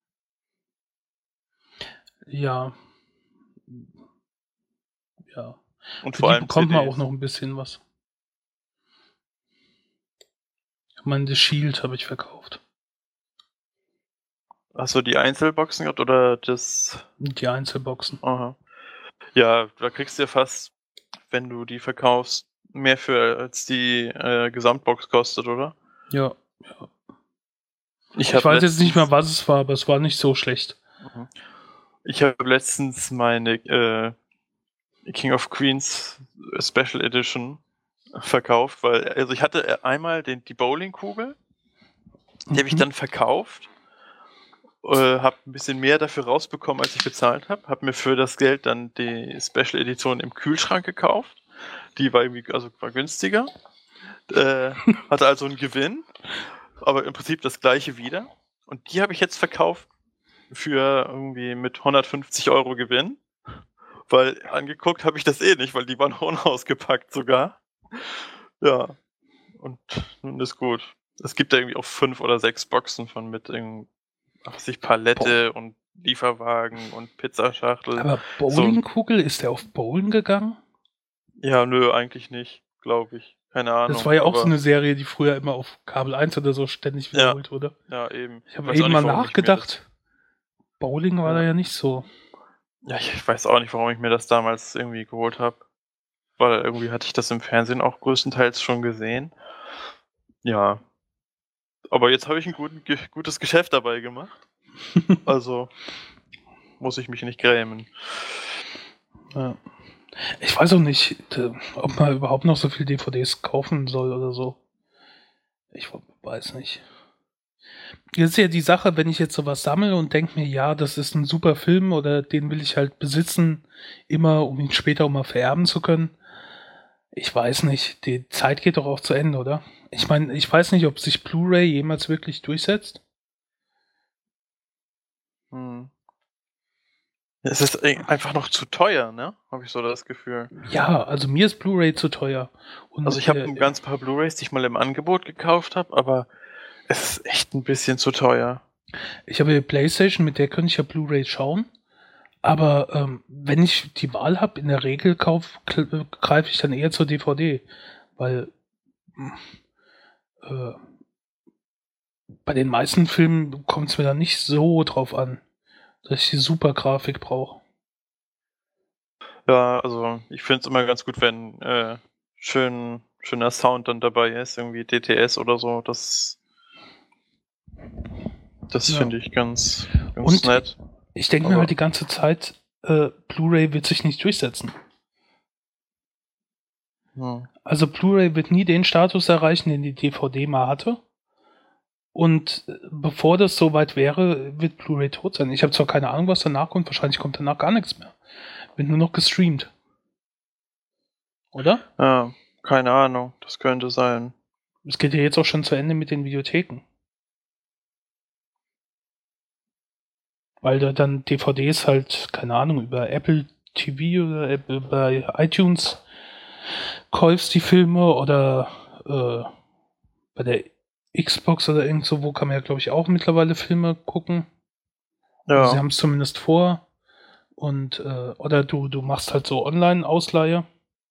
Ja. Ja. Und Für vor die allem bekommt man C Ds. auch noch ein bisschen was. Ich meine, The Shield habe ich verkauft. Hast du die Einzelboxen gehabt oder das? Die Einzelboxen. Aha. Ja, da kriegst du ja fast, wenn du die verkaufst, mehr für als die äh, Gesamtbox kostet, oder? Ja. ja. Ich, ich weiß jetzt nicht mehr, was es war, aber es war nicht so schlecht. Ich habe letztens meine äh, King of Queens Special Edition verkauft, weil also ich hatte einmal den, die Bowlingkugel, die mhm. habe ich dann verkauft, äh, habe ein bisschen mehr dafür rausbekommen, als ich bezahlt habe, habe mir für das Geld dann die Special Edition im Kühlschrank gekauft, die war irgendwie also war günstiger, äh, hatte also einen Gewinn, aber im Prinzip das gleiche wieder und die habe ich jetzt verkauft für irgendwie mit hundertfünfzig Euro Gewinn, weil angeguckt habe ich das eh nicht, weil die waren unausgepackt sogar. Ja, und nun ist gut. Es gibt da irgendwie auch fünf oder sechs Boxen von mit achtzig Palette Boah. und Lieferwagen und Pizzaschachtel. Aber Bowlingkugel, so. Ist der auf Bowlen gegangen? Ja, nö, eigentlich nicht, glaube ich. Keine Ahnung. Das war ja auch so eine Serie, die früher immer auf Kabel eins oder so ständig wiederholt ja. wurde. Ja, eben. Ich habe eben mal nachgedacht. Bowling war ja. da ja nicht so. Ja, ich weiß auch nicht, warum ich mir das damals irgendwie geholt habe. Weil irgendwie hatte ich das im Fernsehen auch größtenteils schon gesehen. Ja. Aber jetzt habe ich ein gut, ge- gutes Geschäft dabei gemacht. Also muss ich mich nicht grämen. Ja. Ich weiß auch nicht, ob man überhaupt noch so viel D V Ds kaufen soll oder so. Ich weiß nicht. Jetzt ist ja die Sache, wenn ich jetzt sowas sammle und denke mir, ja, das ist ein super Film oder den will ich halt besitzen, immer, um ihn später auch mal vererben zu können. Ich weiß nicht, die Zeit geht doch auch zu Ende, oder? Ich meine, ich weiß nicht, ob sich Blu-ray jemals wirklich durchsetzt. Hm. Es ist einfach noch zu teuer, ne? Habe ich so das Gefühl. Ja, also mir ist Blu-ray zu teuer. Und also ich habe äh, ganz paar Blu-rays, die ich mal im Angebot gekauft habe, aber es ist echt ein bisschen zu teuer. Ich habe eine PlayStation, mit der könnte ich ja Blu-ray schauen. Aber ähm, wenn ich die Wahl habe, in der Regel kauf, greife ich dann eher zur D V D. Weil äh, bei den meisten Filmen kommt es mir dann nicht so drauf an, dass ich die super Grafik brauche. Ja, also ich finde es immer ganz gut, wenn äh, schön, schöner Sound dann dabei ist, irgendwie D T S oder so. Das, das ja. finde ich ganz, ganz Und nett. Ich denke mir halt die ganze Zeit, äh, Blu-ray wird sich nicht durchsetzen. Hm. Also Blu-ray wird nie den Status erreichen, den die D V D mal hatte. Und bevor das soweit wäre, wird Blu-ray tot sein. Ich habe zwar keine Ahnung, was danach kommt. Wahrscheinlich kommt danach gar nichts mehr. Wird nur noch gestreamt. Oder? Ja, keine Ahnung. Das könnte sein. Es geht ja jetzt auch schon zu Ende mit den Videotheken. Weil du dann D V Ds halt, keine Ahnung, über Apple T V oder bei iTunes kaufst die Filme oder äh, bei der Xbox oder irgend so, wo kann man ja, glaube ich, auch mittlerweile Filme gucken. Ja. Also sie haben es zumindest vor. Und, äh, oder du, du machst halt so Online-Ausleihe.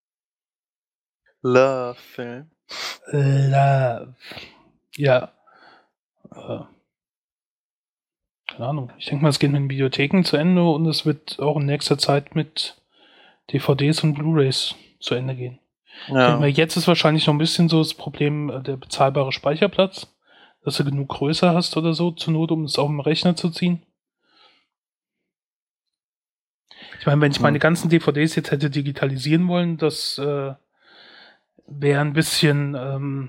Love Film. Love. Ja. Äh, keine Ahnung. Ich denke mal, es geht mit den Videotheken zu Ende und es wird auch in nächster Zeit mit D V Ds und Blu-rays zu Ende gehen. Ja. Ich denke mal, jetzt ist wahrscheinlich noch ein bisschen so das Problem, äh, der bezahlbare Speicherplatz, dass du genug Größe hast oder so, zur Not, um es auf dem Rechner zu ziehen. Ich meine, wenn ich meine ganzen D V Ds jetzt hätte digitalisieren wollen, das äh, wäre ein bisschen ähm,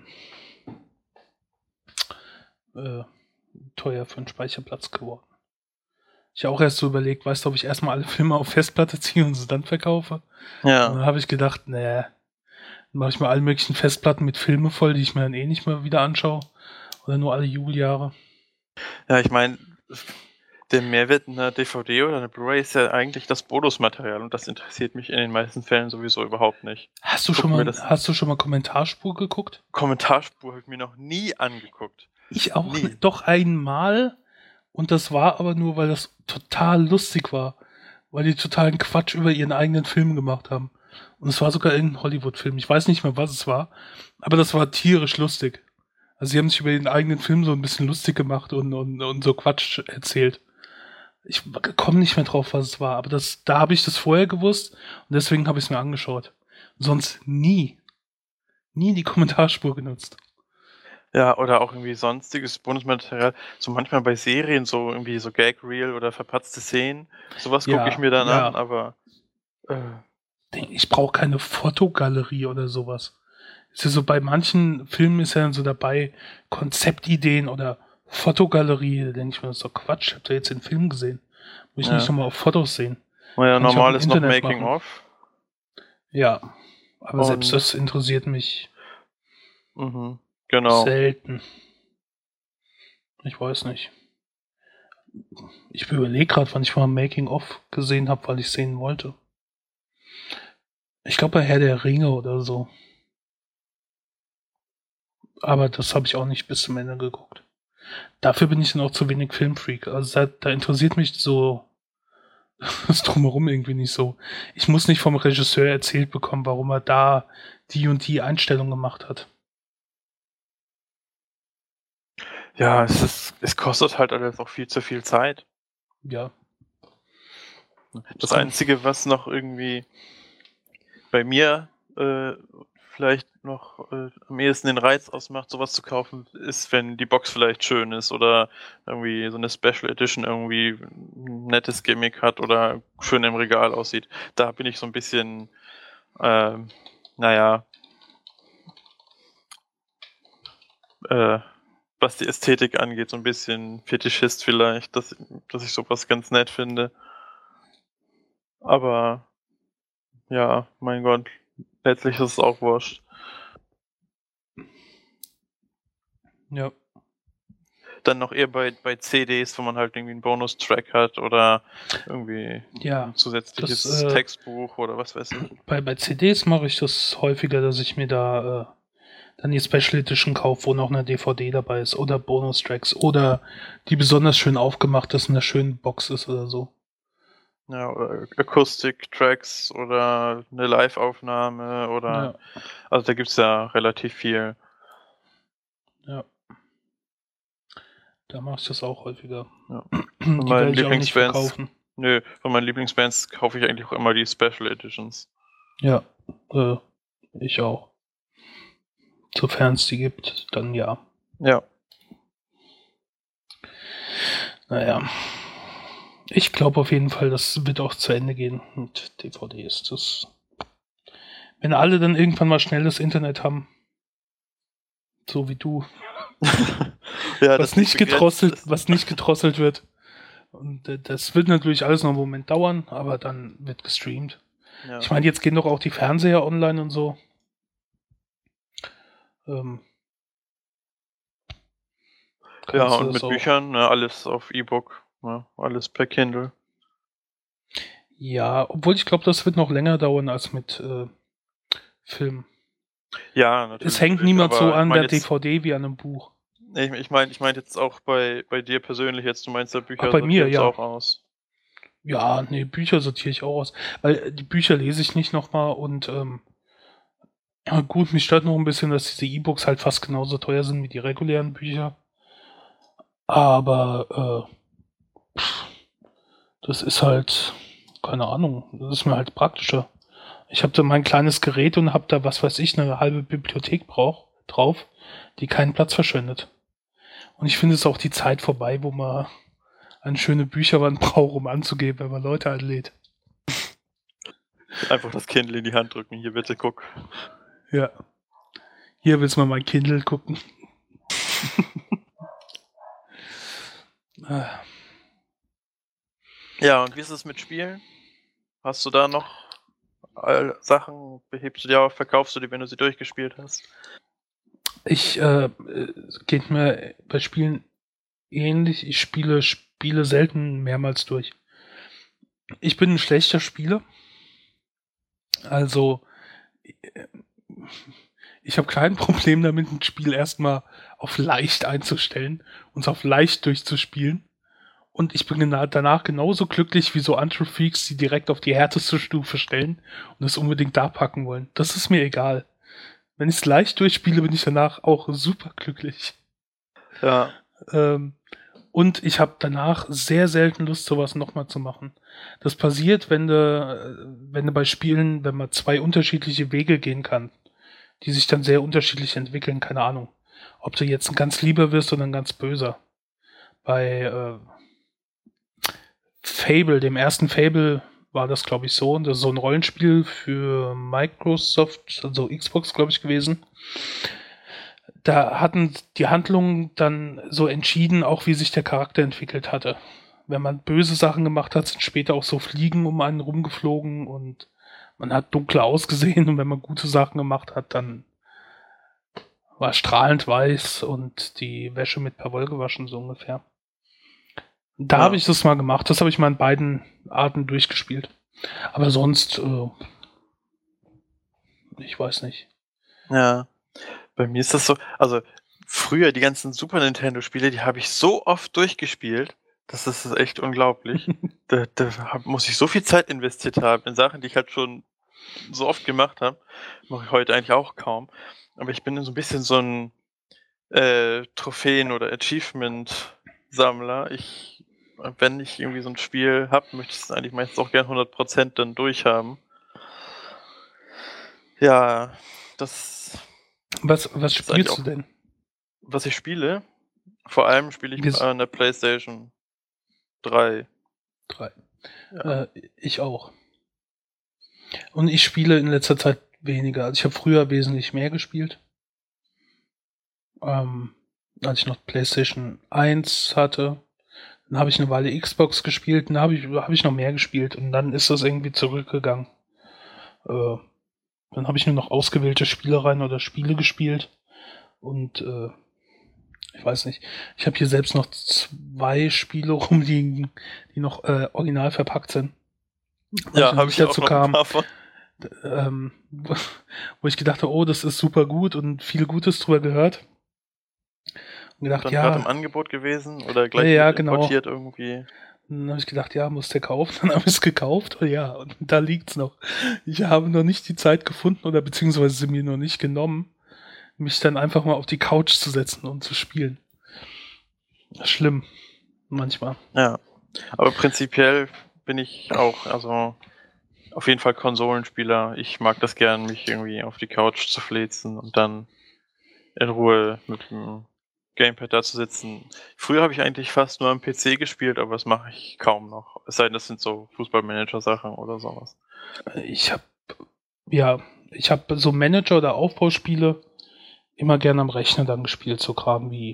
äh, teuer für einen Speicherplatz geworden. Ich habe auch erst so überlegt, weißt du, ob ich erstmal alle Filme auf Festplatte ziehe und sie dann verkaufe. Ja. Und dann habe ich gedacht, nee, dann mache ich mal alle möglichen Festplatten mit Filme voll, die ich mir dann eh nicht mehr wieder anschaue. Oder nur alle Jubeljahre. Ja, ich meine, der Mehrwert einer D V D oder einer Blu-ray ist ja eigentlich das Bonusmaterial und das interessiert mich in den meisten Fällen sowieso überhaupt nicht. Hast du, schon mal, hast du schon mal Kommentarspur geguckt? Kommentarspur habe ich mir noch nie angeguckt. Ich auch nie. Doch einmal. Und das war aber nur, weil das total lustig war. Weil die totalen Quatsch über ihren eigenen Film gemacht haben. Und es war sogar irgendein Hollywood-Film. Ich weiß nicht mehr, was es war. Aber das war tierisch lustig. Also sie haben sich über den eigenen Film so ein bisschen lustig gemacht und, und, und so Quatsch erzählt. Ich komme nicht mehr drauf, was es war, aber das, da habe ich das vorher gewusst und deswegen habe ich es mir angeschaut. Sonst nie, nie die Kommentarspur genutzt. Ja, oder auch irgendwie sonstiges Bonusmaterial. So manchmal bei Serien, so irgendwie so Gag-Reel oder verpatzte Szenen. Sowas Ja, gucke ich mir dann ja. an, aber äh, Ich brauche keine Fotogalerie oder sowas. Ist ja so, bei manchen Filmen ist ja dann so dabei Konzeptideen oder Fotogalerie. Da denke ich mir, das ist doch Quatsch. Ich habe da jetzt den Film gesehen. Muss ich Ja. nicht nochmal auf Fotos sehen. naja, Kann ich auch normal im ist noch Internet Making machen. of. Ja, aber Und- selbst das interessiert mich Mhm. Genau. selten. Ich weiß nicht. Ich überlege gerade, wann ich mal ein Making-of gesehen habe, weil ich sehen wollte. Ich glaube bei Herr der Ringe oder so. Aber das habe ich auch nicht bis zum Ende geguckt. Dafür bin ich dann auch zu wenig Filmfreak. Also da, da interessiert mich so das Drumherum irgendwie nicht so. Ich muss nicht vom Regisseur erzählt bekommen, warum er da die und die Einstellung gemacht hat. Ja, es ist, es kostet halt alles auch viel zu viel Zeit. Ja. Das Einzige, was noch irgendwie bei mir äh, vielleicht noch äh, am ehesten den Reiz ausmacht, sowas zu kaufen, ist, wenn die Box vielleicht schön ist oder irgendwie so eine Special Edition irgendwie ein nettes Gimmick hat oder schön im Regal aussieht. Da bin ich so ein bisschen, äh, naja, äh, was die Ästhetik angeht, so ein bisschen Fetischist vielleicht, dass, dass ich sowas ganz nett finde. Aber ja, mein Gott, letztlich ist es auch wurscht. Ja. Dann noch eher bei, bei C Ds, wo man halt irgendwie einen Bonustrack hat oder irgendwie Ja. ein zusätzliches das, äh, Textbuch oder was weiß ich. Bei, bei C Ds mache ich das häufiger, dass ich mir da äh, dann die Special Edition kaufe, wo noch eine D V D dabei ist oder Bonustracks oder die besonders schön aufgemacht ist in einer schönen Box ist oder so. Ja, oder Akustik-Tracks oder eine Live-Aufnahme oder. Ja. Also da gibt's ja relativ viel. Ja. Da mache ich das auch häufiger. Ja. Die meinen werde ich auch nicht Lieblingsbands- verkaufen. Nö, von meinen Lieblingsbands kaufe ich eigentlich auch immer die Special Editions. Ja, äh, ich auch. Sofern es die gibt, dann ja. Ja. Naja. Ich glaube auf jeden Fall, das wird auch zu Ende gehen mit D V Ds. Das, wenn alle dann irgendwann mal schnelles Internet haben, so wie du, ja, was das nicht begrenzt gedrosselt, ist. was nicht gedrosselt wird. Und äh, das wird natürlich alles noch einen Moment dauern, aber dann wird gestreamt. Ja. Ich meine, jetzt gehen doch auch die Fernseher online und so. Ähm, Ja, kannst du und das mit auch- Büchern, ne, alles auf E-Book, ne, alles per Kindle. Ja, obwohl ich glaube, das wird noch länger dauern als mit äh, Film. Ja, natürlich. Es hängt niemand aber so an ich mein der jetzt, D V D wie an einem Buch. Ich, ich meine ich mein jetzt auch bei, bei dir persönlich jetzt, du meinst ja Bücher Ach, bei mir, sortiert's ja. auch aus. Ja, nee, Bücher sortiere ich auch aus. Weil äh, die Bücher lese ich nicht nochmal und ähm, ja, gut, mich stört noch ein bisschen, dass diese E-Books halt fast genauso teuer sind wie die regulären Bücher. Aber äh, pff, das ist halt, keine Ahnung, das ist mir halt praktischer. Ich habe da mein kleines Gerät und habe da, was weiß ich, eine halbe Bibliothek brauch, drauf, die keinen Platz verschwendet. Und ich finde es auch die Zeit vorbei, wo man eine schöne Bücherwand braucht, um anzugeben, wenn man Leute einlädt. Einfach das Kindle in die Hand drücken, hier bitte guck. Ja. Hier willst du mal mein Kindle gucken. Ah, Ja, und wie ist es mit Spielen? Hast du da noch all Sachen, behebst du die auf, verkaufst du die, wenn du sie durchgespielt hast? Ich, äh, äh, geht mir bei Spielen ähnlich. Ich spiele Spiele selten mehrmals durch. Ich bin ein schlechter Spieler. Also, äh, ich habe kein Problem damit, ein Spiel erstmal auf leicht einzustellen und es auf leicht durchzuspielen. Und ich bin gena- danach genauso glücklich wie so andere Freaks, die direkt auf die härteste Stufe stellen und es unbedingt da packen wollen. Das ist mir egal. Wenn ich es leicht durchspiele, bin ich danach auch super glücklich. Ja. Ähm, und ich habe danach sehr selten Lust, sowas nochmal zu machen. Das passiert, wenn du, wenn du bei Spielen, wenn man zwei unterschiedliche Wege gehen kann, die sich dann sehr unterschiedlich entwickeln, keine Ahnung. Ob du jetzt ein ganz Lieber wirst oder ein ganz Böser. Bei äh, Fable, dem ersten Fable, war das, glaube ich, so. Und das ist so ein Rollenspiel für Microsoft, also Xbox, glaube ich, gewesen. Da hatten die Handlungen dann so entschieden, auch wie sich der Charakter entwickelt hatte. Wenn man böse Sachen gemacht hat, sind später auch so Fliegen um einen rumgeflogen und man hat dunkler ausgesehen. Und wenn man gute Sachen gemacht hat, dann war strahlend weiß und die Wäsche mit Perwoll gewaschen, so ungefähr. Da ja. habe ich das mal gemacht. Das habe ich mal in beiden Arten durchgespielt. Aber sonst, äh, ich weiß nicht. Ja, bei mir ist das so, also früher die ganzen Super Nintendo-Spiele, die habe ich so oft durchgespielt, das ist echt unglaublich. da, da hab, muss ich so viel Zeit investiert haben in Sachen, die ich halt schon so oft gemacht habe. Mache ich heute eigentlich auch kaum. Aber ich bin so ein bisschen so ein äh, Trophäen- oder Achievement-Sammler. Ich, wenn ich irgendwie so ein Spiel habe, möchte ich es eigentlich meistens auch gern hundert Prozent dann durchhaben. Ja, das... Was, was spielst du denn? Was ich spiele? Vor allem spiele ich Ges- an der PlayStation drei. Drei. Ja. Äh, ich auch. Und ich spiele in letzter Zeit weniger. Also ich habe früher wesentlich mehr gespielt. Ähm, als ich noch PlayStation eins hatte. Dann habe ich eine Weile Xbox gespielt. Dann habe ich, hab ich noch mehr gespielt. Und dann ist das irgendwie zurückgegangen. Äh, dann habe ich nur noch ausgewählte Spielereien oder Spiele gespielt. Und äh, ich weiß nicht. Ich habe hier selbst noch zwei Spiele rumliegen, die noch äh, original verpackt sind. Ja, habe ich dazu auch noch kam, ein paar von. Ähm, wo ich gedacht habe, oh, das ist super gut und viel Gutes drüber gehört. Und gedacht, Dann ja. gerade im Angebot gewesen oder gleich ja, ja, importiert genau. irgendwie. Dann habe ich gedacht, ja, muss der kaufen. Dann habe ich es gekauft. Oh ja, und da liegt's noch. Ich habe noch nicht die Zeit gefunden oder beziehungsweise sie mir noch nicht genommen, mich dann einfach mal auf die Couch zu setzen und zu spielen. Schlimm. Manchmal. Ja, aber prinzipiell bin ich auch, also auf jeden Fall Konsolenspieler. Ich mag das gern, mich irgendwie auf die Couch zu fläzen und dann in Ruhe mit dem Gamepad da zu sitzen. Früher habe ich eigentlich fast nur am P C gespielt, aber das mache ich kaum noch. Es sei denn, das sind so Fußballmanager-Sachen oder sowas. Ich habe ja, ich habe so Manager- oder Aufbauspiele immer gerne am Rechner dann gespielt, so Kram wie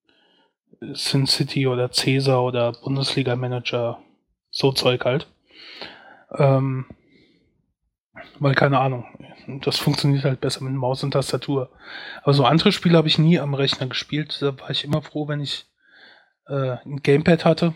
SimCity oder Caesar oder Bundesliga-Manager, so Zeug halt. Ähm, weil, keine Ahnung, das funktioniert halt besser mit Maus und Tastatur. Aber so andere Spiele habe ich nie am Rechner gespielt. Da war ich immer froh, wenn ich äh, ein Gamepad hatte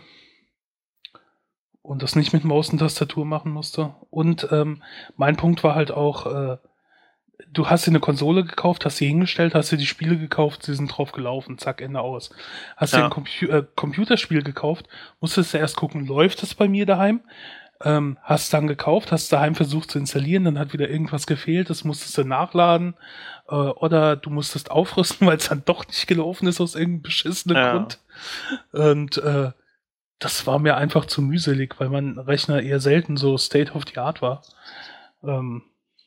und das nicht mit Maus und Tastatur machen musste. Und ähm, mein Punkt war halt auch, äh, du hast dir eine Konsole gekauft, hast sie hingestellt, hast dir die Spiele gekauft, sie sind drauf gelaufen, zack, Ende aus. Hast ja. dir ein Compu- äh, Computerspiel gekauft, musstest du erst gucken, läuft das bei mir daheim? Ähm, hast dann gekauft, hast daheim versucht zu installieren, dann hat wieder irgendwas gefehlt, das musstest du nachladen äh, oder du musstest aufrüsten, weil es dann doch nicht gelaufen ist aus irgendeinem beschissenen ja. Grund. Und äh, das war mir einfach zu mühselig, weil mein Rechner eher selten so State of the Art war. Ähm,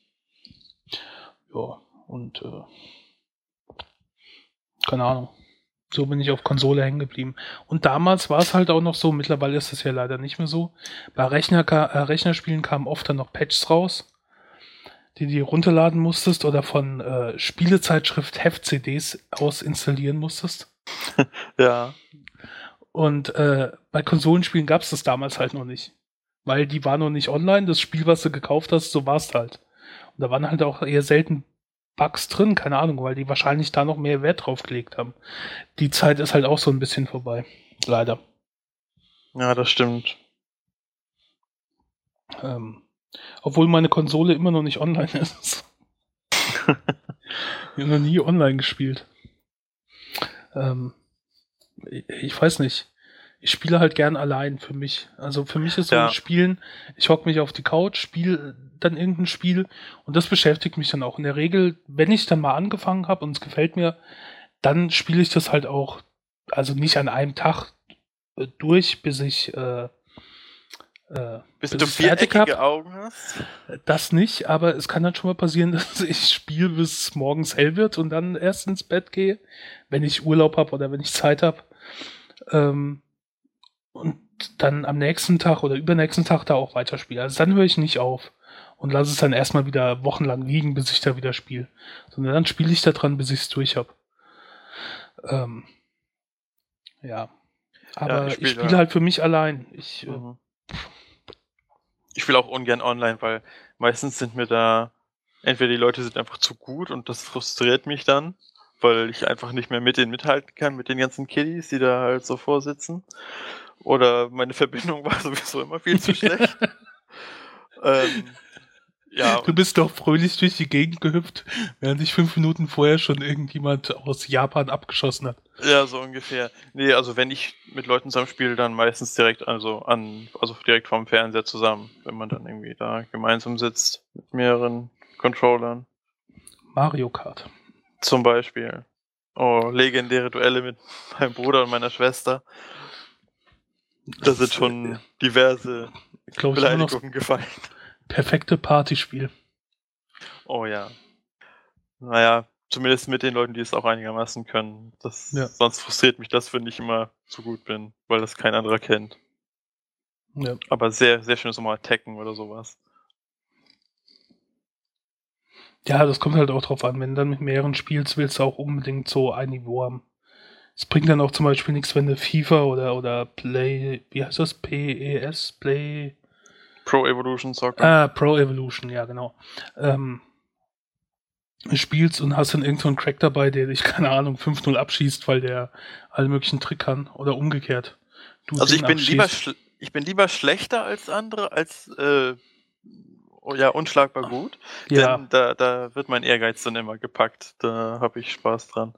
ja, und äh, keine Ahnung. So bin ich auf Konsole hängen geblieben. Und damals war es halt auch noch so, mittlerweile ist es ja leider nicht mehr so. Bei Rechner, äh, Rechnerspielen kamen oft dann noch Patches raus, die du runterladen musstest oder von äh, Spielezeitschrift Heft-C Ds aus installieren musstest. Ja. Und äh, bei Konsolenspielen gab es das damals halt noch nicht. Weil die war noch nicht online, das Spiel, was du gekauft hast, so war es halt. Und da waren halt auch eher selten Bugs drin, keine Ahnung, weil die wahrscheinlich da noch mehr Wert drauf gelegt haben. Die Zeit ist halt auch so ein bisschen vorbei. Leider. Ja, das stimmt. Ähm, obwohl meine Konsole immer noch nicht online ist. Ich habe noch nie online gespielt. Ähm, ich, ich weiß nicht. ich spiele halt gern allein für mich. Also für mich ist so Ja. ein Spielen, ich hocke mich auf die Couch, spiele dann irgendein Spiel und das beschäftigt mich dann auch. In der Regel, wenn ich dann mal angefangen habe und es gefällt mir, dann spiele ich das halt auch, also nicht an einem Tag äh, durch, bis ich äh, äh, Bis bis du ich's fertig hab. viereckige Augen hast? Das nicht, aber es kann dann schon mal passieren, dass ich spiele, bis morgens hell wird und dann erst ins Bett gehe, wenn ich Urlaub habe oder wenn ich Zeit habe. Ähm, und dann am nächsten Tag oder übernächsten Tag da auch weiterspiele. Also dann höre ich nicht auf und lasse es dann erstmal wieder wochenlang liegen, bis ich da wieder spiele. Sondern dann spiele ich da dran, bis ich es durch habe. Ähm, ja. Aber Ja, ich ich spiele spiele halt für mich allein. Ich, äh, Mhm. Ich spiele auch ungern online, weil meistens sind mir da, entweder die Leute sind einfach zu gut und das frustriert mich dann, weil ich einfach nicht mehr mit denen mithalten kann, mit den ganzen Kiddies, die da halt so vorsitzen. Oder meine Verbindung war sowieso immer viel zu schlecht. ähm, ja, Du und bist doch fröhlich durch die Gegend gehüpft, während sich fünf Minuten vorher schon irgendjemand aus Japan abgeschossen hat. ja, so ungefähr. Nee, also wenn ich mit Leuten zusammenspiele, dann meistens direkt, also an, also direkt vom Fernseher zusammen, wenn man dann irgendwie da gemeinsam sitzt mit mehreren Controllern. Mario Kart. Zum Beispiel. Oh, legendäre Duelle mit meinem Bruder und meiner Schwester. Da sind schon diverse glaube ich, immer noch das Beleidigungen gefallen. perfekte Partyspiel. Oh ja. Naja, zumindest mit den Leuten, die es auch einigermaßen können. Das, Ja. Sonst frustriert mich das, wenn ich immer zu gut bin, weil das kein anderer kennt. Ja. Aber sehr, sehr schön ist immer Tekken oder sowas. Ja, das kommt halt auch drauf an. Wenn du dann mit mehreren spielst, willst du auch unbedingt so ein Niveau haben. Es bringt dann auch zum Beispiel nichts, wenn du FIFA oder, oder Play, wie heißt das? P E S? Play. Pro Evolution Soccer. Ah, Pro Evolution, ja, genau. Ähm, spielst und hast dann irgend so einen Crack dabei, der dich, keine Ahnung, fünf null abschießt, weil der alle möglichen Trick kann. Oder umgekehrt. Du Also ich den bin lieber abschießt. schl- ich bin lieber schlechter als andere, als äh, oh ja, unschlagbar gut. Ja, Denn da, da wird mein Ehrgeiz dann immer gepackt. Da habe ich Spaß dran.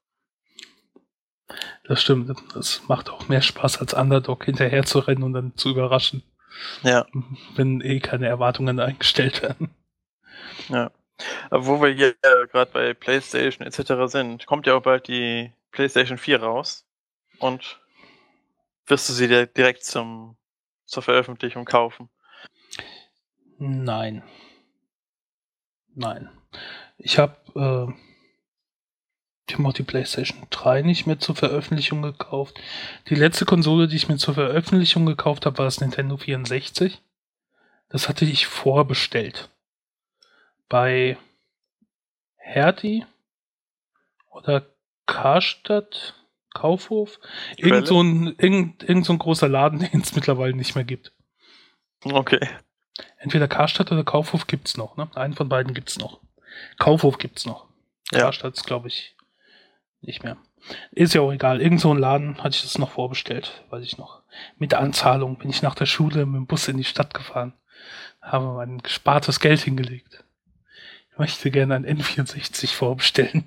das stimmt. Das macht auch mehr Spaß, als Underdog hinterher zu rennen und dann zu überraschen. Ja, Wenn eh keine Erwartungen eingestellt werden. ja. Aber wo wir hier äh, gerade bei PlayStation et cetera sind, kommt ja auch bald die PlayStation vier raus. Und wirst du sie dir direkt zum, zur Veröffentlichung kaufen? Nein. Nein. Ich habe äh, ich hab auch die PlayStation drei nicht mehr zur Veröffentlichung gekauft. Die letzte Konsole, die ich mir zur Veröffentlichung gekauft habe, war das Nintendo vierundsechzig. Das hatte ich vorbestellt. Bei Hertie oder Karstadt, Kaufhof. Irgend so, ein, irgend, irgend so ein großer Laden, den es mittlerweile nicht mehr gibt. Okay. Entweder Karstadt oder Kaufhof gibt's noch. Ne? Einen von beiden gibt's noch. Kaufhof gibt's noch. Ja. Karstadt ist, glaube ich, nicht mehr. Ist ja auch egal. Irgend so ein Laden hatte ich das noch vorbestellt, weiß ich noch. Mit der Anzahlung bin ich nach der Schule mit dem Bus in die Stadt gefahren. Habe mein gespartes Geld hingelegt. Ich möchte gerne ein N vierundsechzig vorbestellen.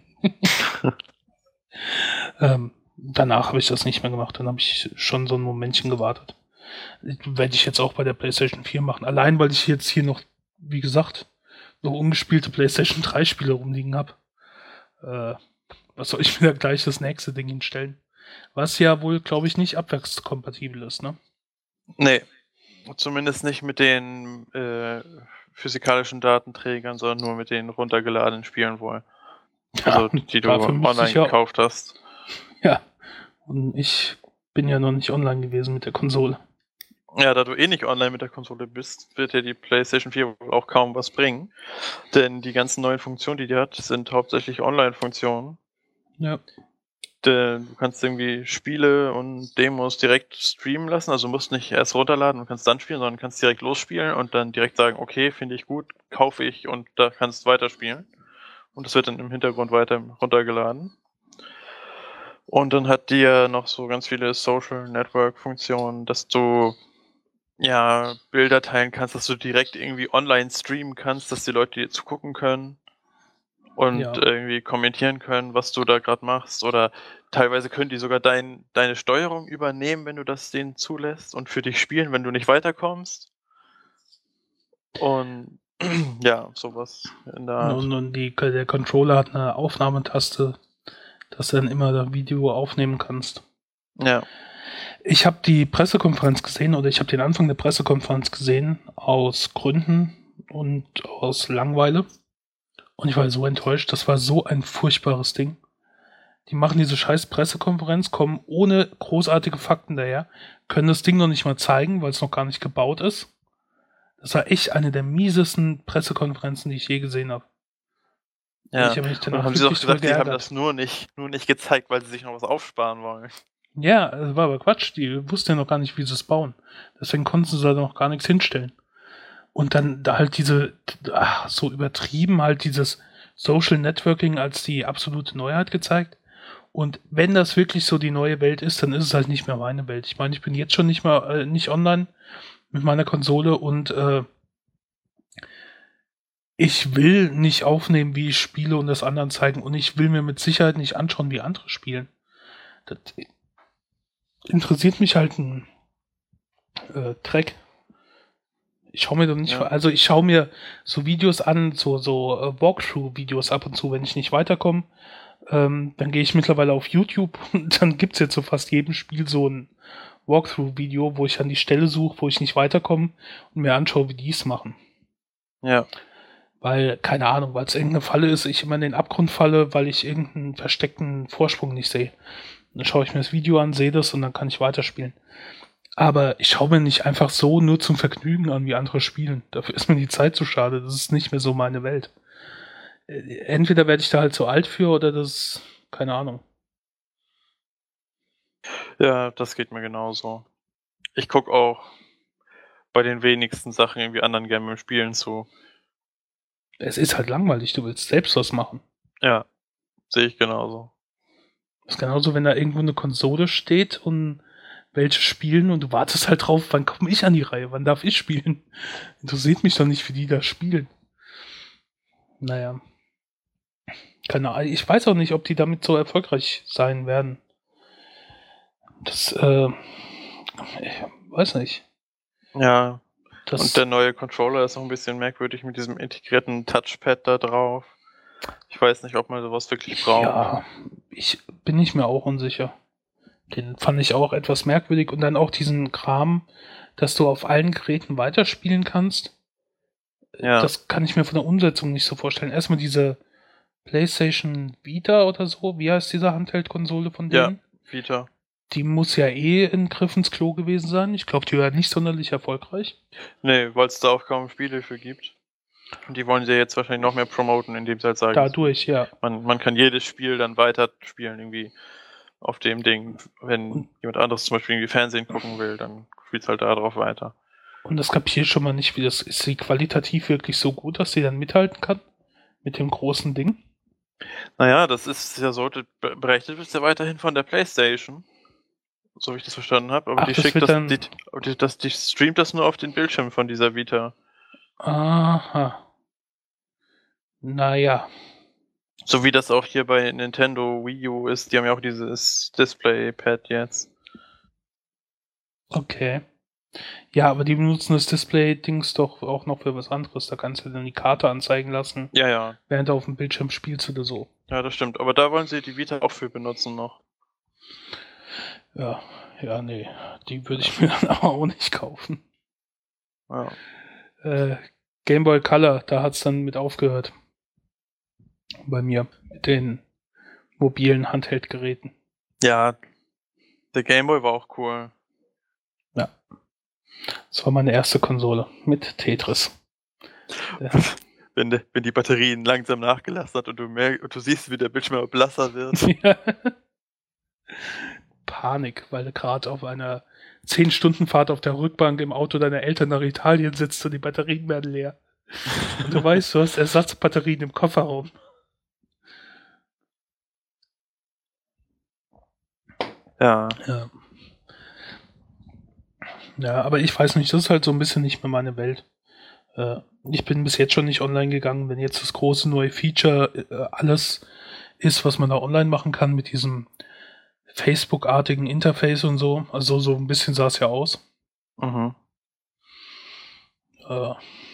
ähm, danach habe ich das nicht mehr gemacht. Dann habe ich schon so ein Momentchen gewartet. Werde ich jetzt auch bei der PlayStation vier machen. Allein, weil ich jetzt hier noch, wie gesagt, noch ungespielte PlayStation drei Spiele rumliegen habe. Äh, was soll ich mir da gleich das nächste Ding hinstellen? Was ja wohl, glaube ich, nicht abwärtskompatibel ist, ne? Nee. Zumindest nicht mit den äh, physikalischen Datenträgern, sondern nur mit den runtergeladenen Spielen wohl. Also die du online sicher, gekauft hast. Ja. Und ich bin ja noch nicht online gewesen mit der Konsole. Ja, da du eh nicht online mit der Konsole bist, wird dir die PlayStation vier wohl auch kaum was bringen. Denn die ganzen neuen Funktionen, die die hat, sind hauptsächlich Online-Funktionen. Ja. Denn du kannst irgendwie Spiele und Demos direkt streamen lassen. Also du musst nicht erst runterladen und kannst dann spielen, sondern kannst direkt losspielen und dann direkt sagen, okay, finde ich gut, kaufe ich und da kannst weiterspielen. Und das wird dann im Hintergrund weiter runtergeladen. Und dann hat die ja noch so ganz viele Social Network Funktionen, dass du ja Bilder teilen kannst, dass du direkt irgendwie online streamen kannst, dass die Leute dir zugucken können. und Ja. irgendwie kommentieren können, was du da gerade machst. Oder teilweise können die sogar dein, deine Steuerung übernehmen, wenn du das denen zulässt und für dich spielen, wenn du nicht weiterkommst. Und ja, sowas in der Art. Und, und die, der Controller hat eine Aufnahmetaste, dass du dann immer das Video aufnehmen kannst. Ja. Ich habe die Pressekonferenz gesehen oder ich habe den Anfang der Pressekonferenz gesehen aus Gründen und aus Langeweile. Und ich war so enttäuscht. Das war so ein furchtbares Ding. Die machen diese scheiß Pressekonferenz, kommen ohne großartige Fakten daher, können das Ding noch nicht mal zeigen, weil es noch gar nicht gebaut ist. Das war echt eine der miesesten Pressekonferenzen, die ich je gesehen habe. Ja, ich habe mich und danach haben sie doch wirklich drüber gesagt, sie haben geärgert. das nur nicht, nur nicht gezeigt, weil sie sich noch was aufsparen wollen. Ja, das war aber Quatsch. Die wussten ja noch gar nicht, wie sie es bauen. Deswegen konnten sie da noch gar nichts hinstellen. Und dann da halt diese, ach, so übertrieben halt dieses Social Networking als die absolute Neuheit gezeigt. Und wenn das wirklich so die neue Welt ist, dann ist es halt nicht mehr meine Welt. Ich meine, ich bin jetzt schon nicht mal äh, nicht online mit meiner Konsole und äh, ich will nicht aufnehmen, wie ich spiele und das anderen zeigen und ich will mir mit Sicherheit nicht anschauen, wie andere spielen. Das interessiert mich halt ein äh, Dreck. Ich schaue mir doch nicht, Ja. also ich schaue mir so Videos an, so, so äh, Walkthrough-Videos ab und zu, wenn ich nicht weiterkomme. Ähm, dann gehe ich mittlerweile auf YouTube und dann gibt's jetzt zu fast jedem Spiel so ein Walkthrough-Video, wo ich an die Stelle suche, wo ich nicht weiterkomme und mir anschaue, wie die es machen. Ja. Weil, keine Ahnung, weil es irgendeine Falle ist, ich immer in den Abgrund falle, weil ich irgendeinen versteckten Vorsprung nicht sehe. Dann schaue ich mir das Video an, sehe das und dann kann ich weiterspielen. Aber ich schaue mir nicht einfach so nur zum Vergnügen an, wie andere spielen. Dafür ist mir die Zeit zu schade. Das ist nicht mehr so meine Welt. Entweder werde ich da halt zu alt für oder das, keine Ahnung. Ja, das geht mir genauso. Ich gucke auch bei den wenigsten Sachen irgendwie anderen gerne beim Spielen zu. Es ist halt langweilig, du willst selbst was machen. Ja, sehe ich genauso. Das ist genauso, wenn da irgendwo eine Konsole steht und welche spielen und du wartest halt drauf, wann komme ich an die Reihe, wann darf ich spielen? Interessiert mich doch nicht, wie die da spielen. Naja. Keine Ahnung, ich weiß auch nicht, ob die damit so erfolgreich sein werden. Das, äh, ich weiß nicht. Ja, Das, und der neue Controller ist auch ein bisschen merkwürdig mit diesem integrierten Touchpad da drauf. Ich weiß nicht, ob man sowas wirklich braucht. Ja, ich bin nicht mehr auch unsicher. Den fand ich auch etwas merkwürdig und dann auch diesen Kram, dass du auf allen Geräten weiterspielen kannst. Ja. Das kann ich mir von der Umsetzung nicht so vorstellen. Erstmal diese PlayStation Vita oder so, wie heißt diese Handheld-Konsole von denen? Ja, Vita. Die muss ja eh ein Griff ins Klo gewesen sein. Ich glaube, die war nicht sonderlich erfolgreich. Nee, weil es da auch kaum Spiele für gibt. Und die wollen sie jetzt wahrscheinlich noch mehr promoten, indem sie halt sagen, Dadurch, ja. man, man kann jedes Spiel dann weiter spielen, irgendwie auf dem Ding. Wenn Und- jemand anderes zum Beispiel irgendwie Fernsehen gucken will, dann spielt es halt da drauf weiter. Und das kapiere ich schon mal nicht, wie das ist. Sie qualitativ wirklich so gut, dass sie dann mithalten kann? Mit dem großen Ding? Naja, das ist ja so, das be- berechnet ist ja weiterhin von der PlayStation. So wie ich das verstanden habe. Aber Ach, die das schickt wird das, dann- die, aber die, das, die streamt das nur auf den Bildschirm von dieser Vita. Aha. Naja. So wie das auch hier bei Nintendo Wii U ist. Die haben ja auch dieses Display-Pad jetzt. Okay. Ja, aber die benutzen das Display-Dings doch auch noch für was anderes. Da kannst du dann die Karte anzeigen lassen, Ja, ja. während du auf dem Bildschirm spielst oder so. Ja, das stimmt. Aber da wollen sie die Vita auch für benutzen noch. Ja, ja, nee. Die würde ich mir dann aber auch nicht kaufen. Ja. Äh, Game Boy Color, da hat's dann mit aufgehört. Bei mir. Mit den mobilen Handheldgeräten. Ja, der Game Boy war auch cool. Ja. Das war meine erste Konsole. Mit Tetris. Ja. Wenn, de, wenn die Batterien langsam nachgelassen hat und du, merk, und du siehst, wie der Bildschirm immer blasser wird. Ja. Panik, weil du gerade auf einer zehn Stunden Fahrt auf der Rückbank im Auto deiner Eltern nach Italien sitzt und die Batterien werden leer. Und du weißt, du hast Ersatzbatterien im Kofferraum. Ja. Ja. Ja, aber ich weiß nicht, das ist halt so ein bisschen nicht mehr meine Welt. Äh, ich bin bis jetzt schon nicht online gegangen, wenn jetzt das große neue Feature äh, alles ist, was man da online machen kann mit diesem Facebook-artigen Interface und so. Also so ein bisschen sah es ja aus. Mhm. Äh,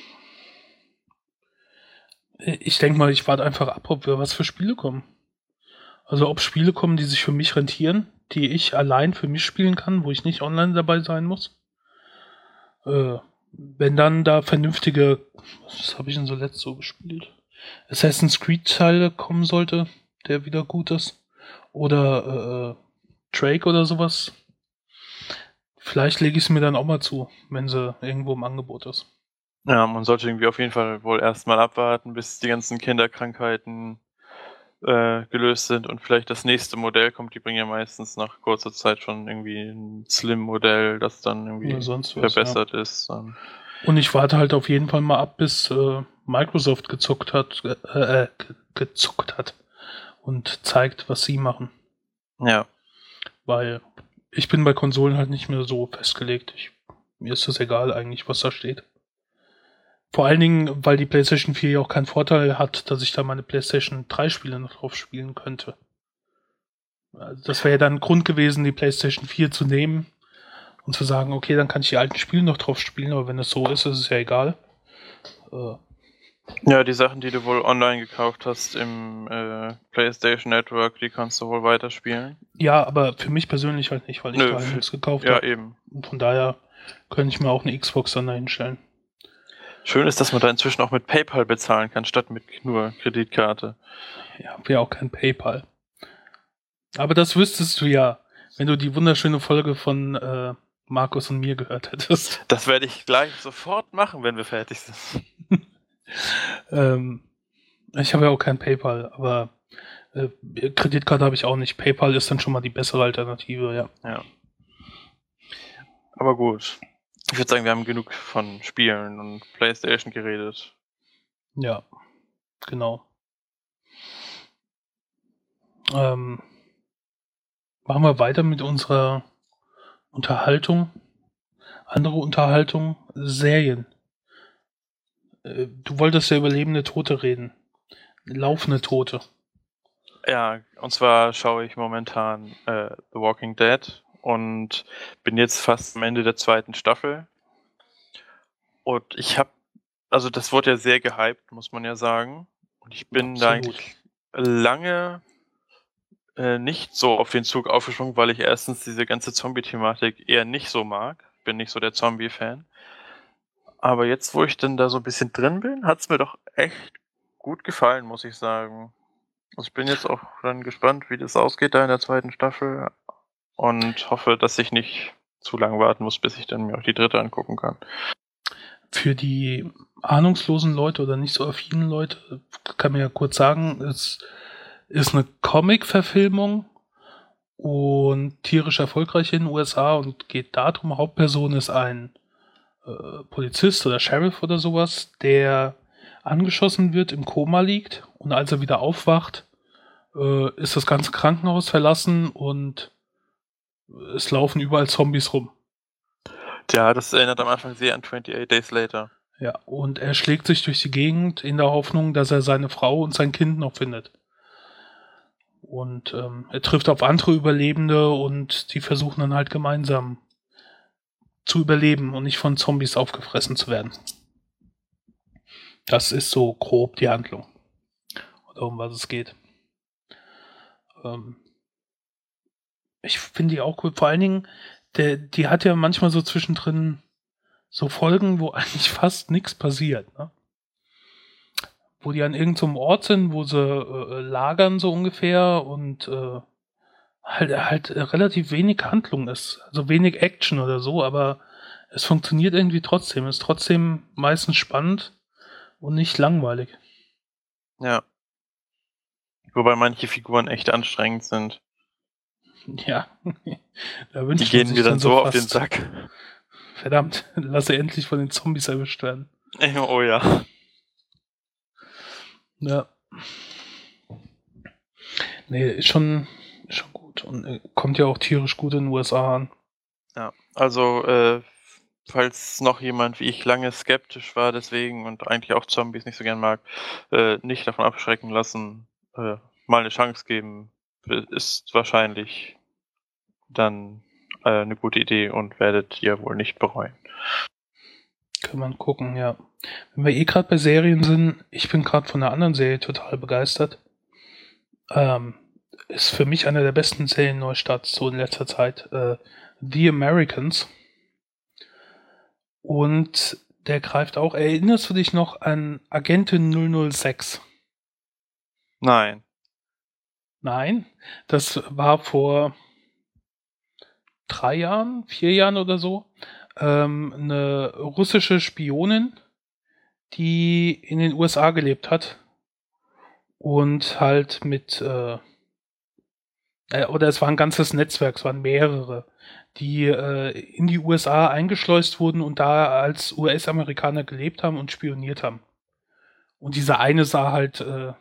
ich denke mal, ich warte einfach ab, ob wir was für Spiele kommen. Also ob Spiele kommen, die sich für mich rentieren, die ich allein für mich spielen kann, wo ich nicht online dabei sein muss. Äh, wenn dann da vernünftige, was habe ich denn so letzt so gespielt? Assassin's Creed-Teile kommen sollte, der wieder gut ist. Oder äh, Drake oder sowas. Vielleicht lege ich es mir dann auch mal zu, wenn sie irgendwo im Angebot ist. Ja, man sollte irgendwie auf jeden Fall wohl erstmal abwarten, bis die ganzen Kinderkrankheiten äh, gelöst sind und vielleicht das nächste Modell kommt. Die bringen ja meistens nach kurzer Zeit schon irgendwie ein Slim-Modell, das dann irgendwie sonst was, verbessert ja. ist. Dann. Und ich warte halt auf jeden Fall mal ab, bis äh, Microsoft gezuckt hat, äh, ge gezuckt hat und zeigt, was sie machen. Ja. Weil ich bin bei Konsolen halt nicht mehr so festgelegt. Ich, mir ist das egal eigentlich, was da steht. Vor allen Dingen, weil die PlayStation vier ja auch keinen Vorteil hat, dass ich da meine PlayStation drei Spiele noch drauf spielen könnte. Also das wäre ja dann ein Grund gewesen, die PlayStation vier zu nehmen und zu sagen, okay, dann kann ich die alten Spiele noch drauf spielen, aber wenn es so ist, ist es ja egal. Äh, ja, die Sachen, die du wohl online gekauft hast im äh, PlayStation Network, die kannst du wohl weiterspielen. Ja, aber für mich persönlich halt nicht, weil ich Nö, da nichts gekauft ja, habe. Ja, eben. Und von daher könnte ich mir auch eine Xbox dann dahin stellen. Schön ist, dass man da inzwischen auch mit PayPal bezahlen kann, statt mit nur Kreditkarte. Ja, wäre auch kein PayPal. Aber das wüsstest du ja, wenn du die wunderschöne Folge von äh, Markus und mir gehört hättest. Das werde ich gleich sofort machen, wenn wir fertig sind. ähm, ich habe ja auch kein PayPal, aber äh, Kreditkarte habe ich auch nicht. PayPal ist dann schon mal die bessere Alternative, ja. Ja. Aber gut. Ich würde sagen, wir haben genug von Spielen und PlayStation geredet. Ja, genau. Ähm, machen wir weiter mit unserer Unterhaltung. Andere Unterhaltung, Serien. Äh, du wolltest ja über lebende Tote reden. Laufende Tote. Ja, und zwar schaue ich momentan äh, The Walking Dead und bin jetzt fast am Ende der zweiten Staffel. Und ich habe, also das wurde ja sehr gehypt, muss man ja sagen. Und ich bin Absolut. da eigentlich lange äh, nicht so auf den Zug aufgesprungen, weil ich erstens diese ganze Zombie-Thematik eher nicht so mag. Bin nicht so der Zombie-Fan. Aber jetzt, wo ich dann da so ein bisschen drin bin, hat es mir doch echt gut gefallen, muss ich sagen. Also ich bin jetzt auch dann gespannt, wie das ausgeht da in der zweiten Staffel und hoffe, dass ich nicht zu lange warten muss, bis ich dann mir auch die dritte angucken kann. Für die ahnungslosen Leute oder nicht so affinen Leute kann man ja kurz sagen, es ist eine Comic-Verfilmung und tierisch erfolgreich in den U S A und geht darum, Hauptperson ist ein äh, Polizist oder Sheriff oder sowas, der angeschossen wird, im Koma liegt und als er wieder aufwacht, äh, ist das ganze Krankenhaus verlassen und es laufen überall Zombies rum. Ja, das erinnert am Anfang sehr an twenty-eight Days Later. Ja, und er schlägt sich durch die Gegend in der Hoffnung, dass er seine Frau und sein Kind noch findet. Und ähm, er trifft auf andere Überlebende und die versuchen dann halt gemeinsam zu überleben und nicht von Zombies aufgefressen zu werden. Das ist so grob die Handlung. Oder um was es geht. Ähm, ich finde die auch cool. Vor allen Dingen, der, die hat ja manchmal so zwischendrin so Folgen, wo eigentlich fast nichts passiert, ne? Wo die an irgendeinem Ort sind, wo sie äh, lagern so ungefähr und äh, halt, halt relativ wenig Handlung ist. Also wenig Action oder so, aber es funktioniert irgendwie trotzdem. Ist trotzdem meistens spannend und nicht langweilig. Ja. Wobei manche Figuren echt anstrengend sind. Ja. Da wünscht die gehen man sich mir dann, dann so so auf den Sack. Verdammt, lasse endlich von den Zombies erwischt werden. Oh ja. Ja. Nee, ist schon, ist schon gut. Und äh, kommt ja auch tierisch gut in den U S A an. Ja, also äh, falls noch jemand wie ich lange skeptisch war deswegen und eigentlich auch Zombies nicht so gern mag, äh, nicht davon abschrecken lassen, äh, mal eine Chance geben, äh, ist wahrscheinlich dann äh, 'ne gute Idee und werdet ihr wohl nicht bereuen. Kann man gucken, ja. Wenn wir eh gerade bei Serien sind, ich bin gerade von einer anderen Serie total begeistert. Ähm, ist für mich einer der besten Serien-Neustarts so in letzter Zeit. Äh, The Americans. Und der greift auch. Erinnerst du dich noch an Agentin null null sechs? Nein. Nein, das war vor drei Jahren, vier Jahren oder so, ähm, eine russische Spionin, die in den U S A gelebt hat und halt mit, äh, äh, oder es war ein ganzes Netzwerk, es waren mehrere, die äh, in die U S A eingeschleust wurden und da als U S-Amerikaner gelebt haben und spioniert haben. Und dieser eine sah halt äh,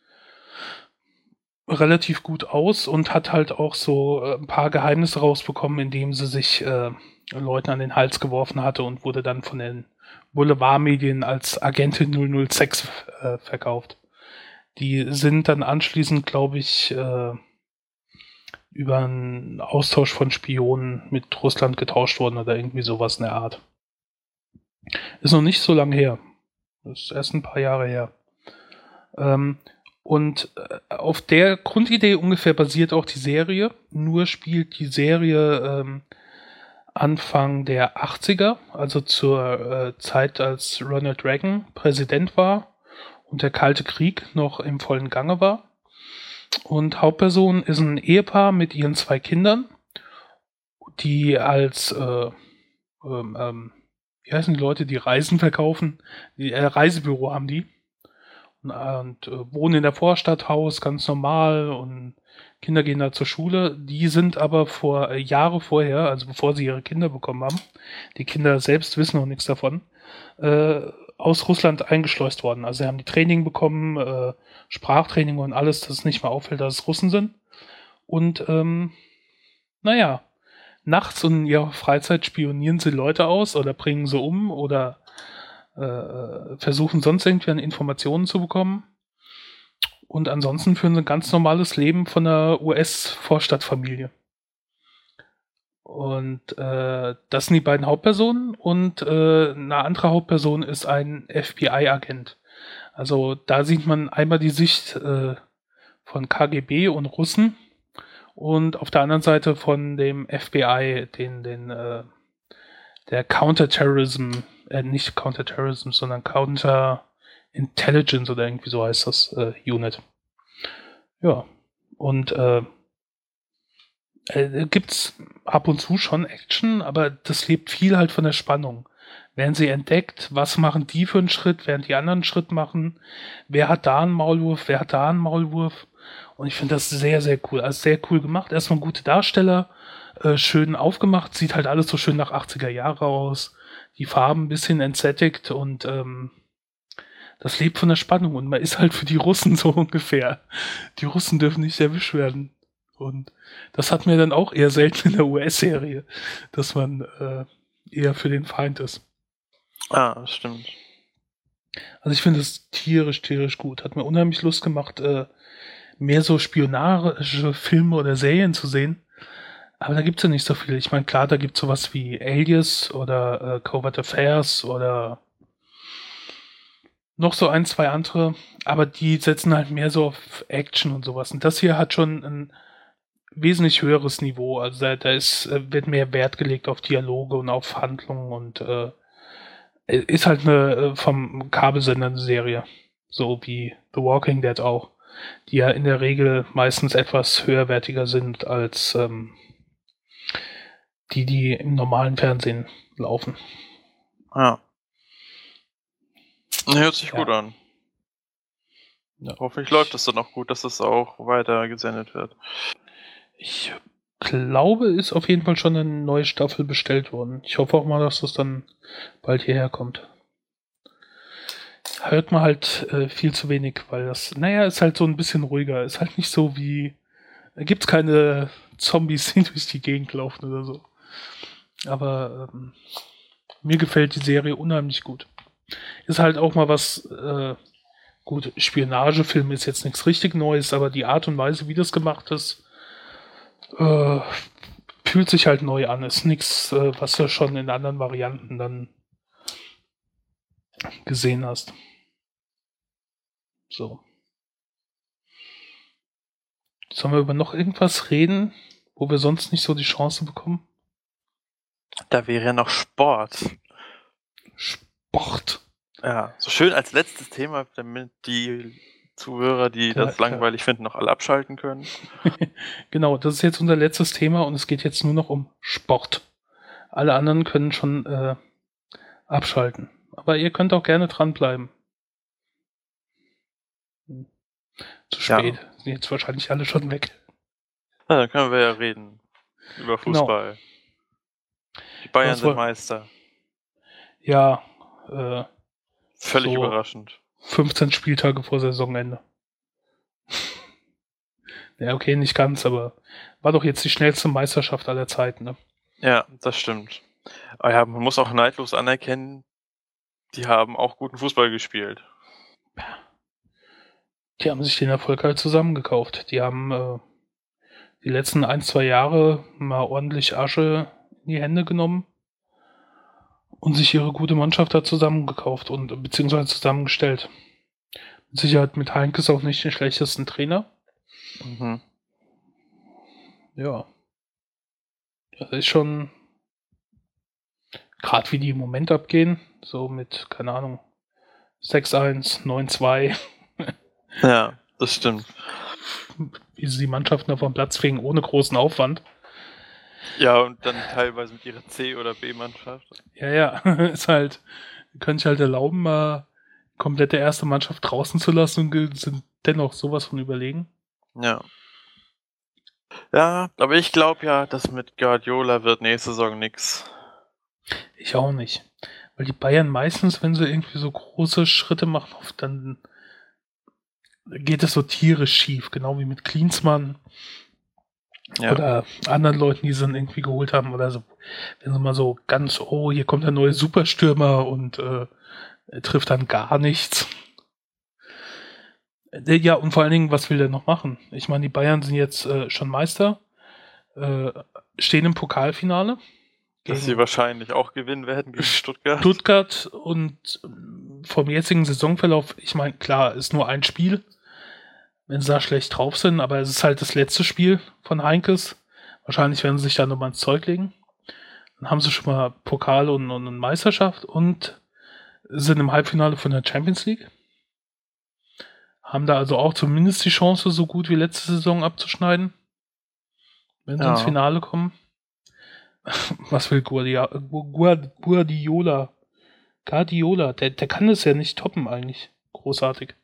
relativ gut aus und hat halt auch so äh, ein paar Geheimnisse rausbekommen, indem sie sich äh, Leuten an den Hals geworfen hatte und wurde dann von den Boulevardmedien als Agentin null null sechs äh, verkauft. Die sind dann anschließend, glaube ich, äh, über einen Austausch von Spionen mit Russland getauscht worden oder irgendwie sowas in der Art. Ist noch nicht so lange her. Das ist erst ein paar Jahre her. Ähm, und äh, auf der Grundidee ungefähr basiert auch die Serie. Nur spielt die Serie ähm, Anfang der achtziger, also zur äh, Zeit, als Ronald Reagan Präsident war und der Kalte Krieg noch im vollen Gange war. Und Hauptperson ist ein Ehepaar mit ihren zwei Kindern, die als äh, ähm, ähm, wie heißen die Leute, die Reisen verkaufen? Die äh, Reisebüro haben die. Und, und äh, wohnen in der Vorstadt, Haus, ganz normal und Kinder gehen da zur Schule. Die sind aber vor äh, Jahre vorher, also bevor sie ihre Kinder bekommen haben, die Kinder selbst wissen noch nichts davon, äh, aus Russland eingeschleust worden. Also sie haben die Training bekommen, äh, Sprachtraining und alles, dass es nicht mehr auffällt, dass es Russen sind. Und ähm, naja, nachts und in ihrer Freizeit spionieren sie Leute aus oder bringen sie um oder äh, versuchen sonst irgendwie an Informationen zu bekommen. Und ansonsten führen sie ein ganz normales Leben von einer U S-Vorstadtfamilie. Und äh, das sind die beiden Hauptpersonen und äh, eine andere Hauptperson ist ein F B I-Agent. Also da sieht man einmal die Sicht äh, von K G B und Russen und auf der anderen Seite von dem F B I, den, den äh, der Counterterrorism, äh, nicht Counterterrorism, sondern Counterintelligence oder irgendwie so heißt das äh, Unit. Ja, und äh, äh, gibt's ab und zu schon Action, aber das lebt viel halt von der Spannung. Werden sie entdeckt, was machen die für einen Schritt, während die anderen einen Schritt machen, wer hat da einen Maulwurf, wer hat da einen Maulwurf und ich finde das sehr, sehr cool, also sehr cool gemacht, erstmal gute Darsteller, äh, schön aufgemacht, sieht halt alles so schön nach achtziger Jahre aus, die Farben ein bisschen entsättigt und ähm, das lebt von der Spannung und man ist halt für die Russen so ungefähr. Die Russen dürfen nicht erwischt werden. Und das hat mir dann auch eher selten in der U S-Serie, dass man äh, eher für den Feind ist. Ah, das stimmt. Also ich finde es tierisch, tierisch gut. Hat mir unheimlich Lust gemacht, äh, mehr so spionarische Filme oder Serien zu sehen. Aber da gibt's ja nicht so viel. Ich meine, klar, da gibt's sowas wie Alias oder äh, Covert Affairs oder noch so ein, zwei andere. Aber die setzen halt mehr so auf Action und sowas. Und das hier hat schon ein wesentlich höheres Niveau. Also da, da ist, wird mehr Wert gelegt auf Dialoge und auf Handlungen und äh, ist halt eine äh, vom Kabelsender eine Serie. So wie The Walking Dead auch. Die ja in der Regel meistens etwas höherwertiger sind als ähm, die, die im normalen Fernsehen laufen. Ja. Hört sich ja. gut an. Ja. Hoffentlich läuft es dann auch gut, dass es auch weiter gesendet wird. Ich glaube, ist auf jeden Fall schon eine neue Staffel bestellt worden. Ich hoffe auch mal, dass das dann bald hierher kommt. Hört man halt äh, viel zu wenig, weil das, naja, ist halt so ein bisschen ruhiger. Ist halt nicht so wie, da gibt's keine Zombies, die durch die Gegend laufen oder so. Aber ähm, Mir gefällt die Serie unheimlich gut. Ist halt auch mal was, äh, gut, Spionagefilm ist jetzt nichts richtig Neues, aber die Art und Weise, wie das gemacht ist, äh, fühlt sich halt neu an. Ist nichts, äh, was du schon in anderen Varianten dann gesehen hast. So. Sollen wir über noch irgendwas reden, wo wir sonst nicht so die Chance bekommen? Da wäre ja noch Sport. Sport. Ja, so schön als letztes Thema, damit die Zuhörer, die Klar, das langweilig finden, noch alle abschalten können. Genau, das ist jetzt unser letztes Thema und es geht jetzt nur noch um Sport. Alle anderen können schon äh, abschalten. Aber ihr könnt auch gerne dranbleiben. Hm. Zu spät. Ja. Sind jetzt wahrscheinlich alle schon weg. Na, dann können wir ja reden über Fußball. Genau. Die Bayern Was sind woll- Meister. Ja, äh, Völlig so überraschend. fünfzehn Spieltage vor Saisonende. Ja, okay, nicht ganz, aber war doch jetzt die schnellste Meisterschaft aller Zeiten, ne? Ja, das stimmt. Aber ja, man muss auch neidlos anerkennen, die haben auch guten Fußball gespielt. Die haben sich den Erfolg halt zusammengekauft. Die haben äh, die letzten ein, zwei Jahre mal ordentlich Asche in die Hände genommen und sich ihre gute Mannschaft da zusammengekauft und beziehungsweise zusammengestellt. Mit Sicherheit mit Heinkes auch nicht den schlechtesten Trainer. Mhm. Ja. Das ist schon gerade wie die im Moment abgehen, so mit, keine Ahnung, sechs eins, neun zwei. Ja, das stimmt. Wie sie die Mannschaften da vom Platz fegen, ohne großen Aufwand. Ja, und dann teilweise mit ihrer C- oder B-Mannschaft. Ja, ja, ist halt, können sich halt erlauben, mal komplette erste Mannschaft draußen zu lassen und sind dennoch sowas von überlegen. Ja. Ja, aber ich glaube ja, das mit Guardiola wird nächste Saison nix. Ich auch nicht. Weil die Bayern meistens, wenn sie irgendwie so große Schritte machen, dann geht es so tierisch schief, genau wie mit Klinsmann. Ja. Oder anderen Leuten, die sie dann irgendwie geholt haben oder so. Wenn sie mal so ganz, oh, hier kommt der neue Superstürmer und äh, er trifft dann gar nichts. Ja, und vor allen Dingen, was will der noch machen? Ich meine, die Bayern sind jetzt äh, schon Meister, äh, stehen im Pokalfinale. Dass sie wahrscheinlich auch gewinnen werden gegen Stuttgart. Stuttgart und vom jetzigen Saisonverlauf, ich meine, klar, ist nur ein Spiel, wenn sie da schlecht drauf sind, aber es ist halt das letzte Spiel von Heinkes. Wahrscheinlich werden sie sich da nochmal ins Zeug legen. Dann haben sie schon mal Pokal und, und eine Meisterschaft und sind im Halbfinale von der Champions League. Haben da also auch zumindest die Chance, so gut wie letzte Saison abzuschneiden, wenn sie ja. ins Finale kommen. Was will Guardiola? Guardiola? Guardiola, der, der kann das ja nicht toppen eigentlich. Großartig.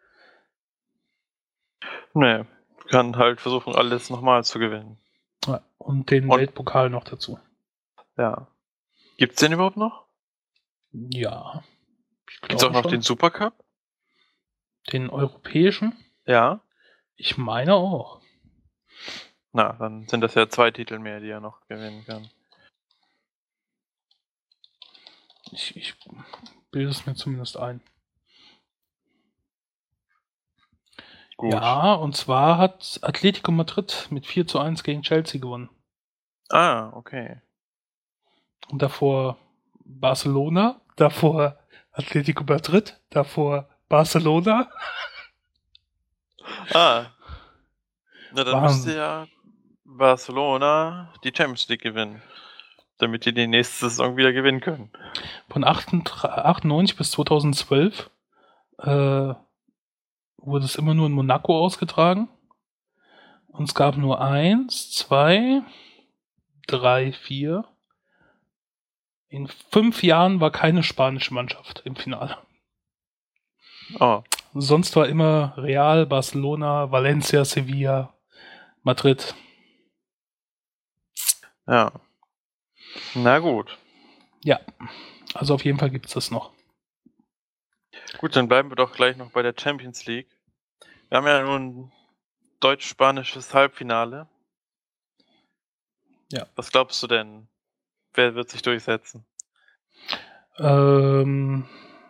Nee, kann halt versuchen, alles nochmal zu gewinnen. Ja, und den und, Weltpokal noch dazu. Ja. Gibt's den überhaupt noch? Ja. Gibt's auch noch schon. Den Supercup? Den europäischen? Ja. Ich meine auch. Na, dann sind das ja zwei Titel mehr, die er noch gewinnen kann. Ich, ich bilde es mir zumindest ein. Gut. Ja, und zwar hat Atletico Madrid mit vier zu eins gegen Chelsea gewonnen. Ah, okay. Und davor Barcelona, davor Atletico Madrid, davor Barcelona. Ah. Na, dann Wahnsinn. Müsste ja Barcelona die Champions League gewinnen, damit die die nächste Saison wieder gewinnen können. Von achtundneunzig bis zweitausendzwölf äh, wurde es immer nur in Monaco ausgetragen. Und es gab nur eins, zwei, drei, vier. In fünf Jahren war keine spanische Mannschaft im Finale. Oh. Sonst war immer Real, Barcelona, Valencia, Sevilla, Madrid. Ja. Na gut. Ja, also auf jeden Fall gibt es das noch. Gut, dann bleiben wir doch gleich noch bei der Champions League. Wir haben ja nun deutsch-spanisches Halbfinale. Ja. Was glaubst du denn? Wer wird sich durchsetzen? Ähm,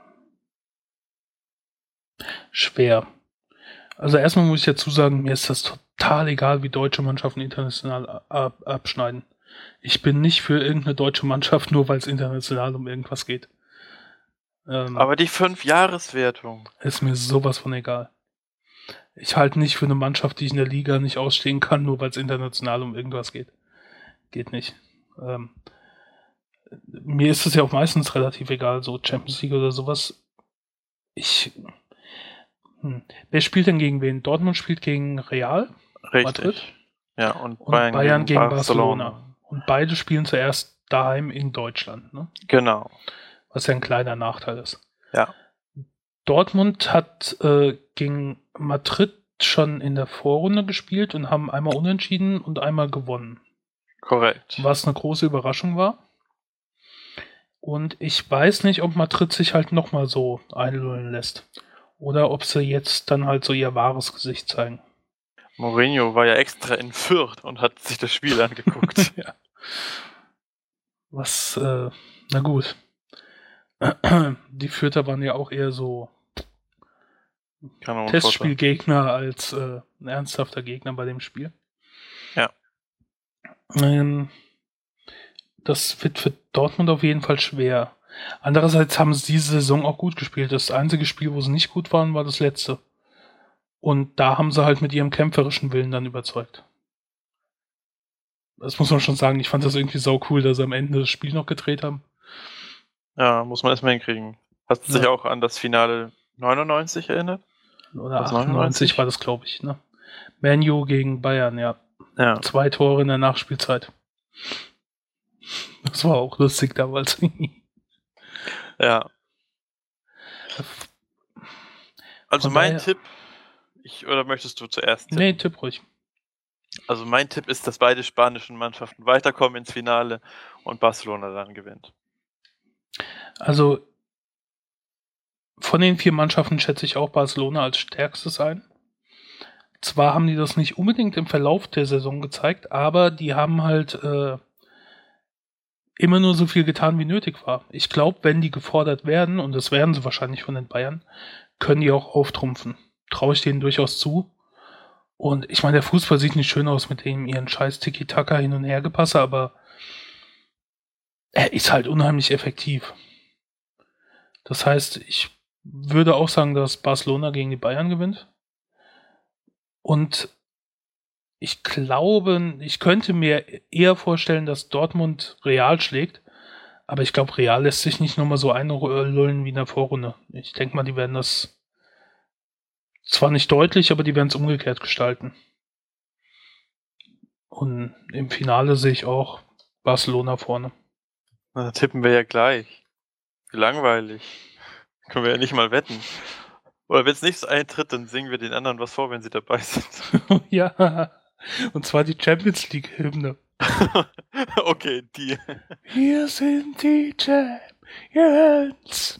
schwer. Also erstmal muss ich dazu sagen, mir ist das total egal, wie deutsche Mannschaften international ab abschneiden. Ich bin nicht für irgendeine deutsche Mannschaft, nur weil es international um irgendwas geht. Ähm, Aber die Fünf-Jahres-Wertung ist mir sowas von egal. Ich halte nicht für eine Mannschaft, die ich in der Liga nicht ausstehen kann, nur weil es international um irgendwas geht. Geht nicht. Ähm, mir ist es ja auch meistens relativ egal, so Champions League oder sowas. Ich. Hm. Wer spielt denn gegen wen? Dortmund spielt gegen Real Richtig. Madrid. Ja, und, und Bayern, Bayern gegen, gegen Barcelona. Barcelona. Und beide spielen zuerst daheim in Deutschland. Ne? Genau. Was ja ein kleiner Nachteil ist. Ja. Dortmund hat äh, gegen Madrid schon in der Vorrunde gespielt und haben einmal unentschieden und einmal gewonnen. Korrekt. Was eine große Überraschung war. Und ich weiß nicht, ob Madrid sich halt nochmal so einlullen lässt. Oder ob sie jetzt dann halt so ihr wahres Gesicht zeigen. Mourinho war ja extra in Fürth und hat sich das Spiel angeguckt. Ja. Was, äh, na gut. Die Fürther waren ja auch eher so Testspielgegner als äh, ein ernsthafter Gegner bei dem Spiel. Ja. Ähm, das wird für Dortmund auf jeden Fall schwer. Andererseits haben sie diese Saison auch gut gespielt. Das einzige Spiel, wo sie nicht gut waren, war das letzte. Und da haben sie halt mit ihrem kämpferischen Willen dann überzeugt. Das muss man schon sagen. Ich fand das irgendwie sau cool, dass sie am Ende das Spiel noch gedreht haben. Ja, muss man erstmal hinkriegen. Hast du ja. dich auch an das Finale neunundneunzig erinnert? Oder achtundneunzig war das, glaube ich. Ne? Man U gegen Bayern, ja. ja. Zwei Tore in der Nachspielzeit. Das war auch lustig damals. Ja. Also Von mein daher, Tipp, ich, oder möchtest du zuerst tippen? Nee, tipp ruhig. Also mein Tipp ist, dass beide spanischen Mannschaften weiterkommen ins Finale und Barcelona dann gewinnt. Also von den vier Mannschaften schätze ich auch Barcelona als stärkstes ein. Zwar haben die das nicht unbedingt im Verlauf der Saison gezeigt, aber die haben halt äh, immer nur so viel getan, wie nötig war. Ich glaube, wenn die gefordert werden, und das werden sie wahrscheinlich von den Bayern, können die auch auftrumpfen. Traue ich denen durchaus zu. Und ich meine, der Fußball sieht nicht schön aus mit dem ihren scheiß Tiki-Taka hin und her gepasse, aber er ist halt unheimlich effektiv. Das heißt, ich würde auch sagen, dass Barcelona gegen die Bayern gewinnt. Und ich glaube, ich könnte mir eher vorstellen, dass Dortmund Real schlägt. Aber ich glaube, Real lässt sich nicht nochmal so einlullen wie in der Vorrunde. Ich denke mal, die werden das zwar nicht deutlich, aber die werden es umgekehrt gestalten. Und im Finale sehe ich auch Barcelona vorne. Na, tippen wir ja gleich. Wie langweilig. Können wir ja nicht mal wetten. Oder wenn es nicht so eintritt, dann singen wir den anderen was vor, wenn sie dabei sind. Ja, und zwar die Champions League-Hymne. Okay, die. Wir sind die Champions.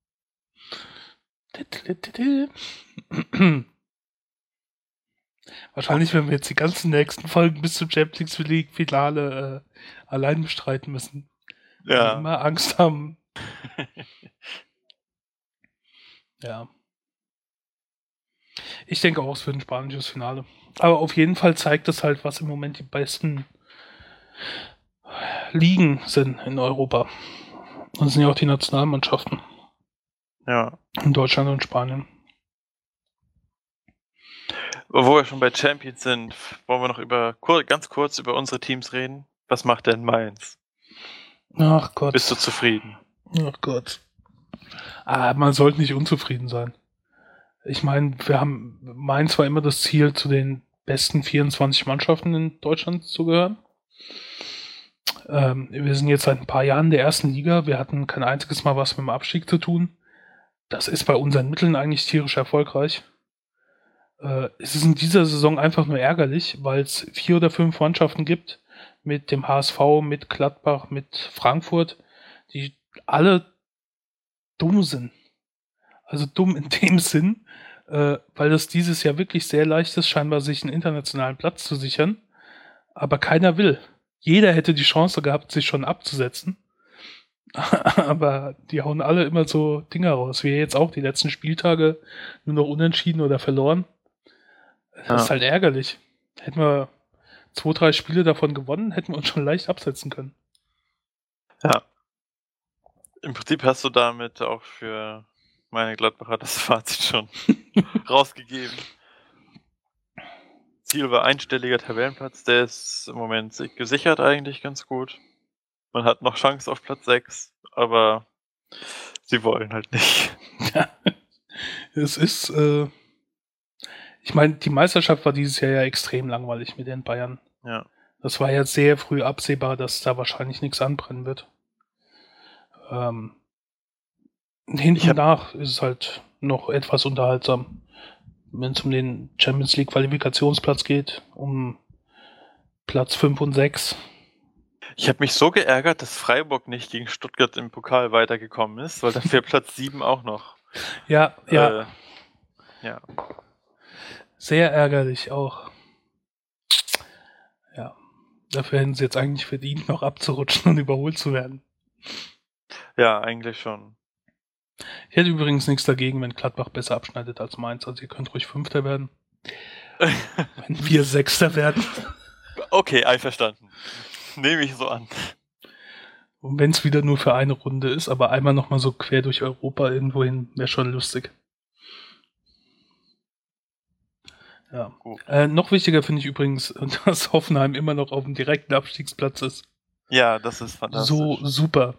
Wahrscheinlich, wenn wir jetzt die ganzen nächsten Folgen bis zum Champions League-Finale äh, allein bestreiten müssen. Ja. Und immer Angst haben. Ja. Ich denke auch, es wird ein spanisches Finale. Aber auf jeden Fall zeigt es halt, was im Moment die besten Ligen sind in Europa. Und das sind ja auch die Nationalmannschaften. Ja. In Deutschland und Spanien. Wo wir schon bei Champions sind, wollen wir noch über ganz kurz über unsere Teams reden. Was macht denn Mainz? Ach Gott. Bist du zufrieden? Ach Gott. Ah, man sollte nicht unzufrieden sein. Ich meine, wir haben, Mainz war immer das Ziel, zu den besten vierundzwanzig Mannschaften in Deutschland zu gehören. Ähm, wir sind jetzt seit ein paar Jahren in der ersten Liga. Wir hatten kein einziges Mal was mit dem Abstieg zu tun. Das ist bei unseren Mitteln eigentlich tierisch erfolgreich. Äh, es ist in dieser Saison einfach nur ärgerlich, weil es vier oder fünf Mannschaften gibt, mit dem H S V, mit Gladbach, mit Frankfurt, die alle dumm sind. Also dumm in dem Sinn, äh, weil das dieses Jahr wirklich sehr leicht ist, scheinbar sich einen internationalen Platz zu sichern. Aber keiner will. Jeder hätte die Chance gehabt, sich schon abzusetzen. Aber die hauen alle immer so Dinger raus. Wir jetzt auch die letzten Spieltage nur noch unentschieden oder verloren. Das ja. ist halt ärgerlich. Hätten wir zwei, drei Spiele davon gewonnen, hätten wir uns schon leicht absetzen können. Ja. Im Prinzip hast du damit auch für meine Gladbacher das Fazit schon rausgegeben. Ziel war einstelliger Tabellenplatz, der ist im Moment gesichert eigentlich ganz gut. Man hat noch Chance auf Platz sechs, aber sie wollen halt nicht. Ja, es ist, äh, ich meine, die Meisterschaft war dieses Jahr ja extrem langweilig mit den Bayern. Ja. Das war ja sehr früh absehbar, dass da wahrscheinlich nichts anbrennen wird. Ähm, hinten hab... nach ist es halt noch etwas unterhaltsam, wenn es um den Champions League Qualifikationsplatz geht, um Platz fünf und sechs. Ich habe mich so geärgert, dass Freiburg nicht gegen Stuttgart im Pokal weitergekommen ist, weil dafür Platz sieben auch noch. Ja, ja. Äh, ja. Sehr ärgerlich auch. Ja. Dafür hätten sie jetzt eigentlich verdient, noch abzurutschen und überholt zu werden. Ja, eigentlich schon. Ich hätte übrigens nichts dagegen, wenn Gladbach besser abschneidet als Mainz. Also ihr könnt ruhig Fünfter werden. Wenn wir Sechster werden. Okay, einverstanden. Nehme ich so an. Und wenn es wieder nur für eine Runde ist, aber einmal nochmal so quer durch Europa irgendwo hin, wäre schon lustig. Ja. Äh, noch wichtiger finde ich übrigens, dass Hoffenheim immer noch auf dem direkten Abstiegsplatz ist. Ja, das ist fantastisch. So super.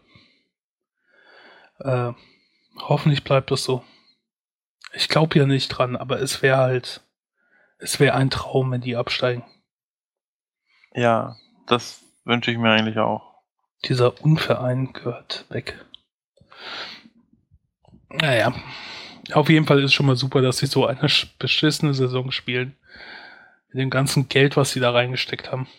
Äh, hoffentlich bleibt das so. Ich glaube ja nicht dran, aber es wäre halt, es wäre ein Traum, wenn die absteigen. Ja, das wünsche ich mir eigentlich auch. Dieser Unverein gehört weg. Naja. Auf jeden Fall ist schon mal super, dass sie so eine beschissene Saison spielen. Mit dem ganzen Geld, was sie da reingesteckt haben.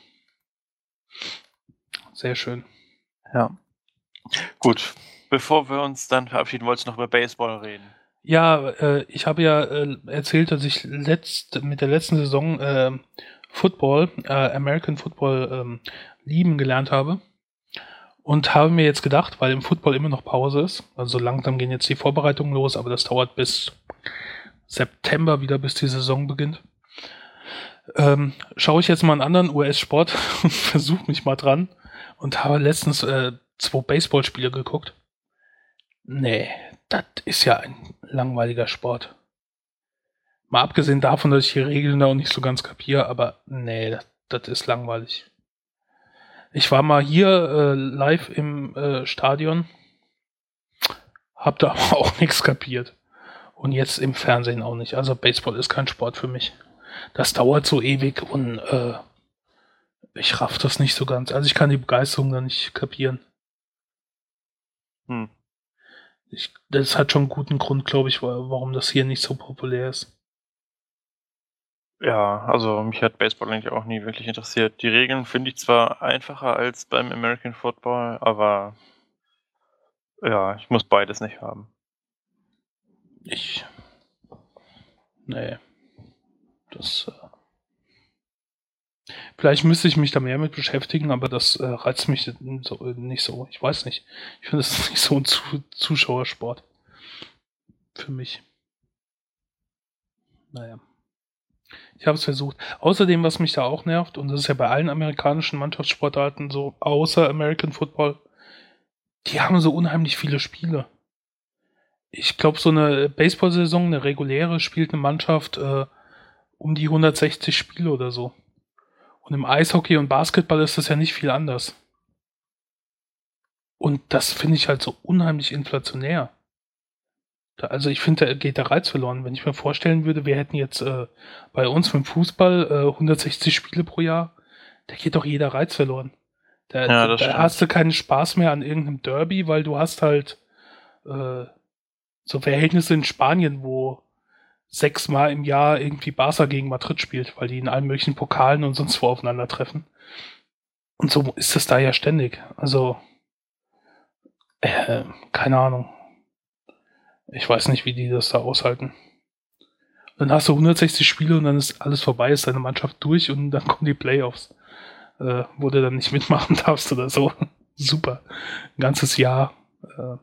Sehr schön. Ja. Gut. Bevor wir uns dann verabschieden, wolltest du noch über Baseball reden? Ja, äh, ich habe ja äh, erzählt, dass ich letzt, mit der letzten Saison äh, Football, äh, American Football ähm, lieben gelernt habe. Und habe mir jetzt gedacht, weil im Football immer noch Pause ist, also langsam gehen jetzt die Vorbereitungen los, aber das dauert bis September wieder, bis die Saison beginnt. Ähm, schaue ich jetzt mal einen anderen U S-Sport und versuche mich mal dran und habe letztens äh, zwei Baseballspiele geguckt. Nee, das ist ja ein langweiliger Sport. Mal abgesehen davon, dass ich die Regeln da auch nicht so ganz kapiere, aber nee, das ist langweilig. Ich war mal hier äh, live im äh, Stadion, hab da aber auch nichts kapiert. Und jetzt im Fernsehen auch nicht. Also Baseball ist kein Sport für mich. Das dauert so ewig und äh, ich raff das nicht so ganz. Also ich kann die Begeisterung da nicht kapieren. Hm. Ich, das hat schon einen guten Grund, glaube ich, warum das hier nicht so populär ist. Ja, also mich hat Baseball eigentlich auch nie wirklich interessiert. Die Regeln finde ich zwar einfacher als beim American Football, aber ja, ich muss beides nicht haben. Ich. Nee. Das. Äh, vielleicht müsste ich mich da mehr mit beschäftigen, aber das äh, reizt mich so, nicht so. Ich weiß nicht. Ich finde, das ist nicht so ein Zu- Zuschauersport. Für mich. Naja. Ich habe es versucht. Außerdem, was mich da auch nervt, und das ist ja bei allen amerikanischen Mannschaftssportarten so, außer American Football, die haben so unheimlich viele Spiele. Ich glaube, so eine Baseball-Saison, eine reguläre, spielt eine Mannschaft äh, um die hundertsechzig Spiele oder so. Und im Eishockey und Basketball ist das ja nicht viel anders. Und das finde ich halt so unheimlich inflationär. Also ich finde, da geht der Reiz verloren. Wenn ich mir vorstellen würde, wir hätten jetzt äh, bei uns mit dem Fußball äh, hundertsechzig Spiele pro Jahr, da geht doch jeder Reiz verloren. Da, ja, da stimmt. Hast du keinen Spaß mehr an irgendeinem Derby, weil du hast halt äh, so Verhältnisse in Spanien, wo sechsmal im Jahr irgendwie Barca gegen Madrid spielt, weil die in allen möglichen Pokalen und sonst wo aufeinandertreffen. Und so ist es da ja ständig. Also äh, keine Ahnung. Ich weiß nicht, wie die das da aushalten. Dann hast du hundertsechzig Spiele und dann ist alles vorbei, ist deine Mannschaft durch und dann kommen die Playoffs, äh, wo du dann nicht mitmachen darfst oder so. Super. Ein ganzes Jahr Äh,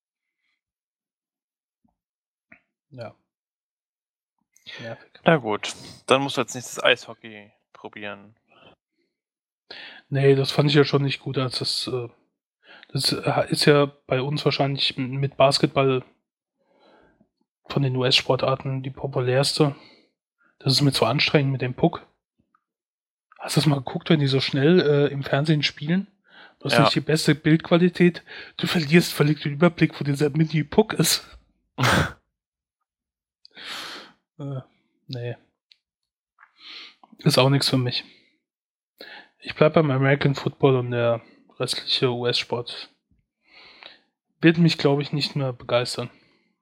ja. Nervig. Na gut, dann musst du als nächstes Eishockey probieren. Nee, das fand ich ja schon nicht gut, als das, äh, das ist ja bei uns wahrscheinlich mit Basketball von den U S-Sportarten die populärste. Das ist mir zu anstrengend mit dem Puck. Hast du das mal geguckt, wenn die so schnell äh, im Fernsehen spielen? Du hast Ja. nicht die beste Bildqualität. Du verlierst völlig den Überblick, wo dieser Mini-Puck ist. äh, nee. Ist auch nichts für mich. Ich bleib beim American Football und der restliche U S-Sport wird mich, glaube ich, nicht mehr begeistern.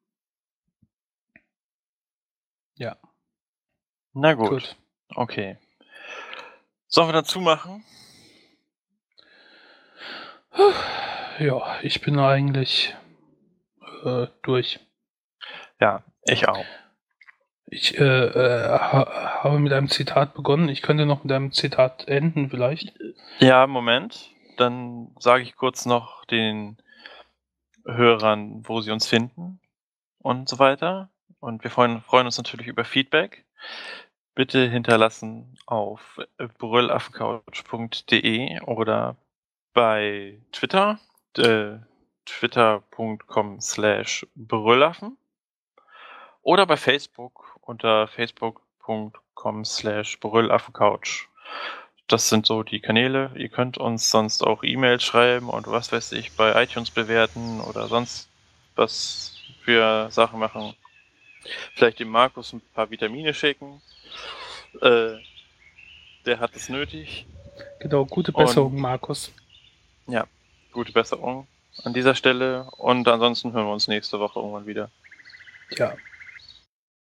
Ja. Na gut. Gut. Okay. Sollen wir dazu machen? Ja, ich bin eigentlich äh, durch. Ja, ich auch. Ich äh, äh, ha habe mit einem Zitat begonnen. Ich könnte noch mit einem Zitat enden, vielleicht. Ja, Moment. Dann sage ich kurz noch den Hörern, wo sie uns finden und so weiter. Und wir freuen, freuen uns natürlich über Feedback. Bitte hinterlassen auf brüllaffencouch punkt de oder bei Twitter, äh, twitter punkt com slash brüllaffen oder bei Facebook unter facebook punkt com slash brüllaffencouch. Das sind so die Kanäle. Ihr könnt uns sonst auch E-Mails schreiben und was weiß ich, bei iTunes bewerten oder sonst was für Sachen machen. Vielleicht dem Markus ein paar Vitamine schicken. Äh, der hat es nötig. Genau, gute Besserung, Und, Markus. Ja, gute Besserung an dieser Stelle. Und ansonsten hören wir uns nächste Woche irgendwann wieder. Ja.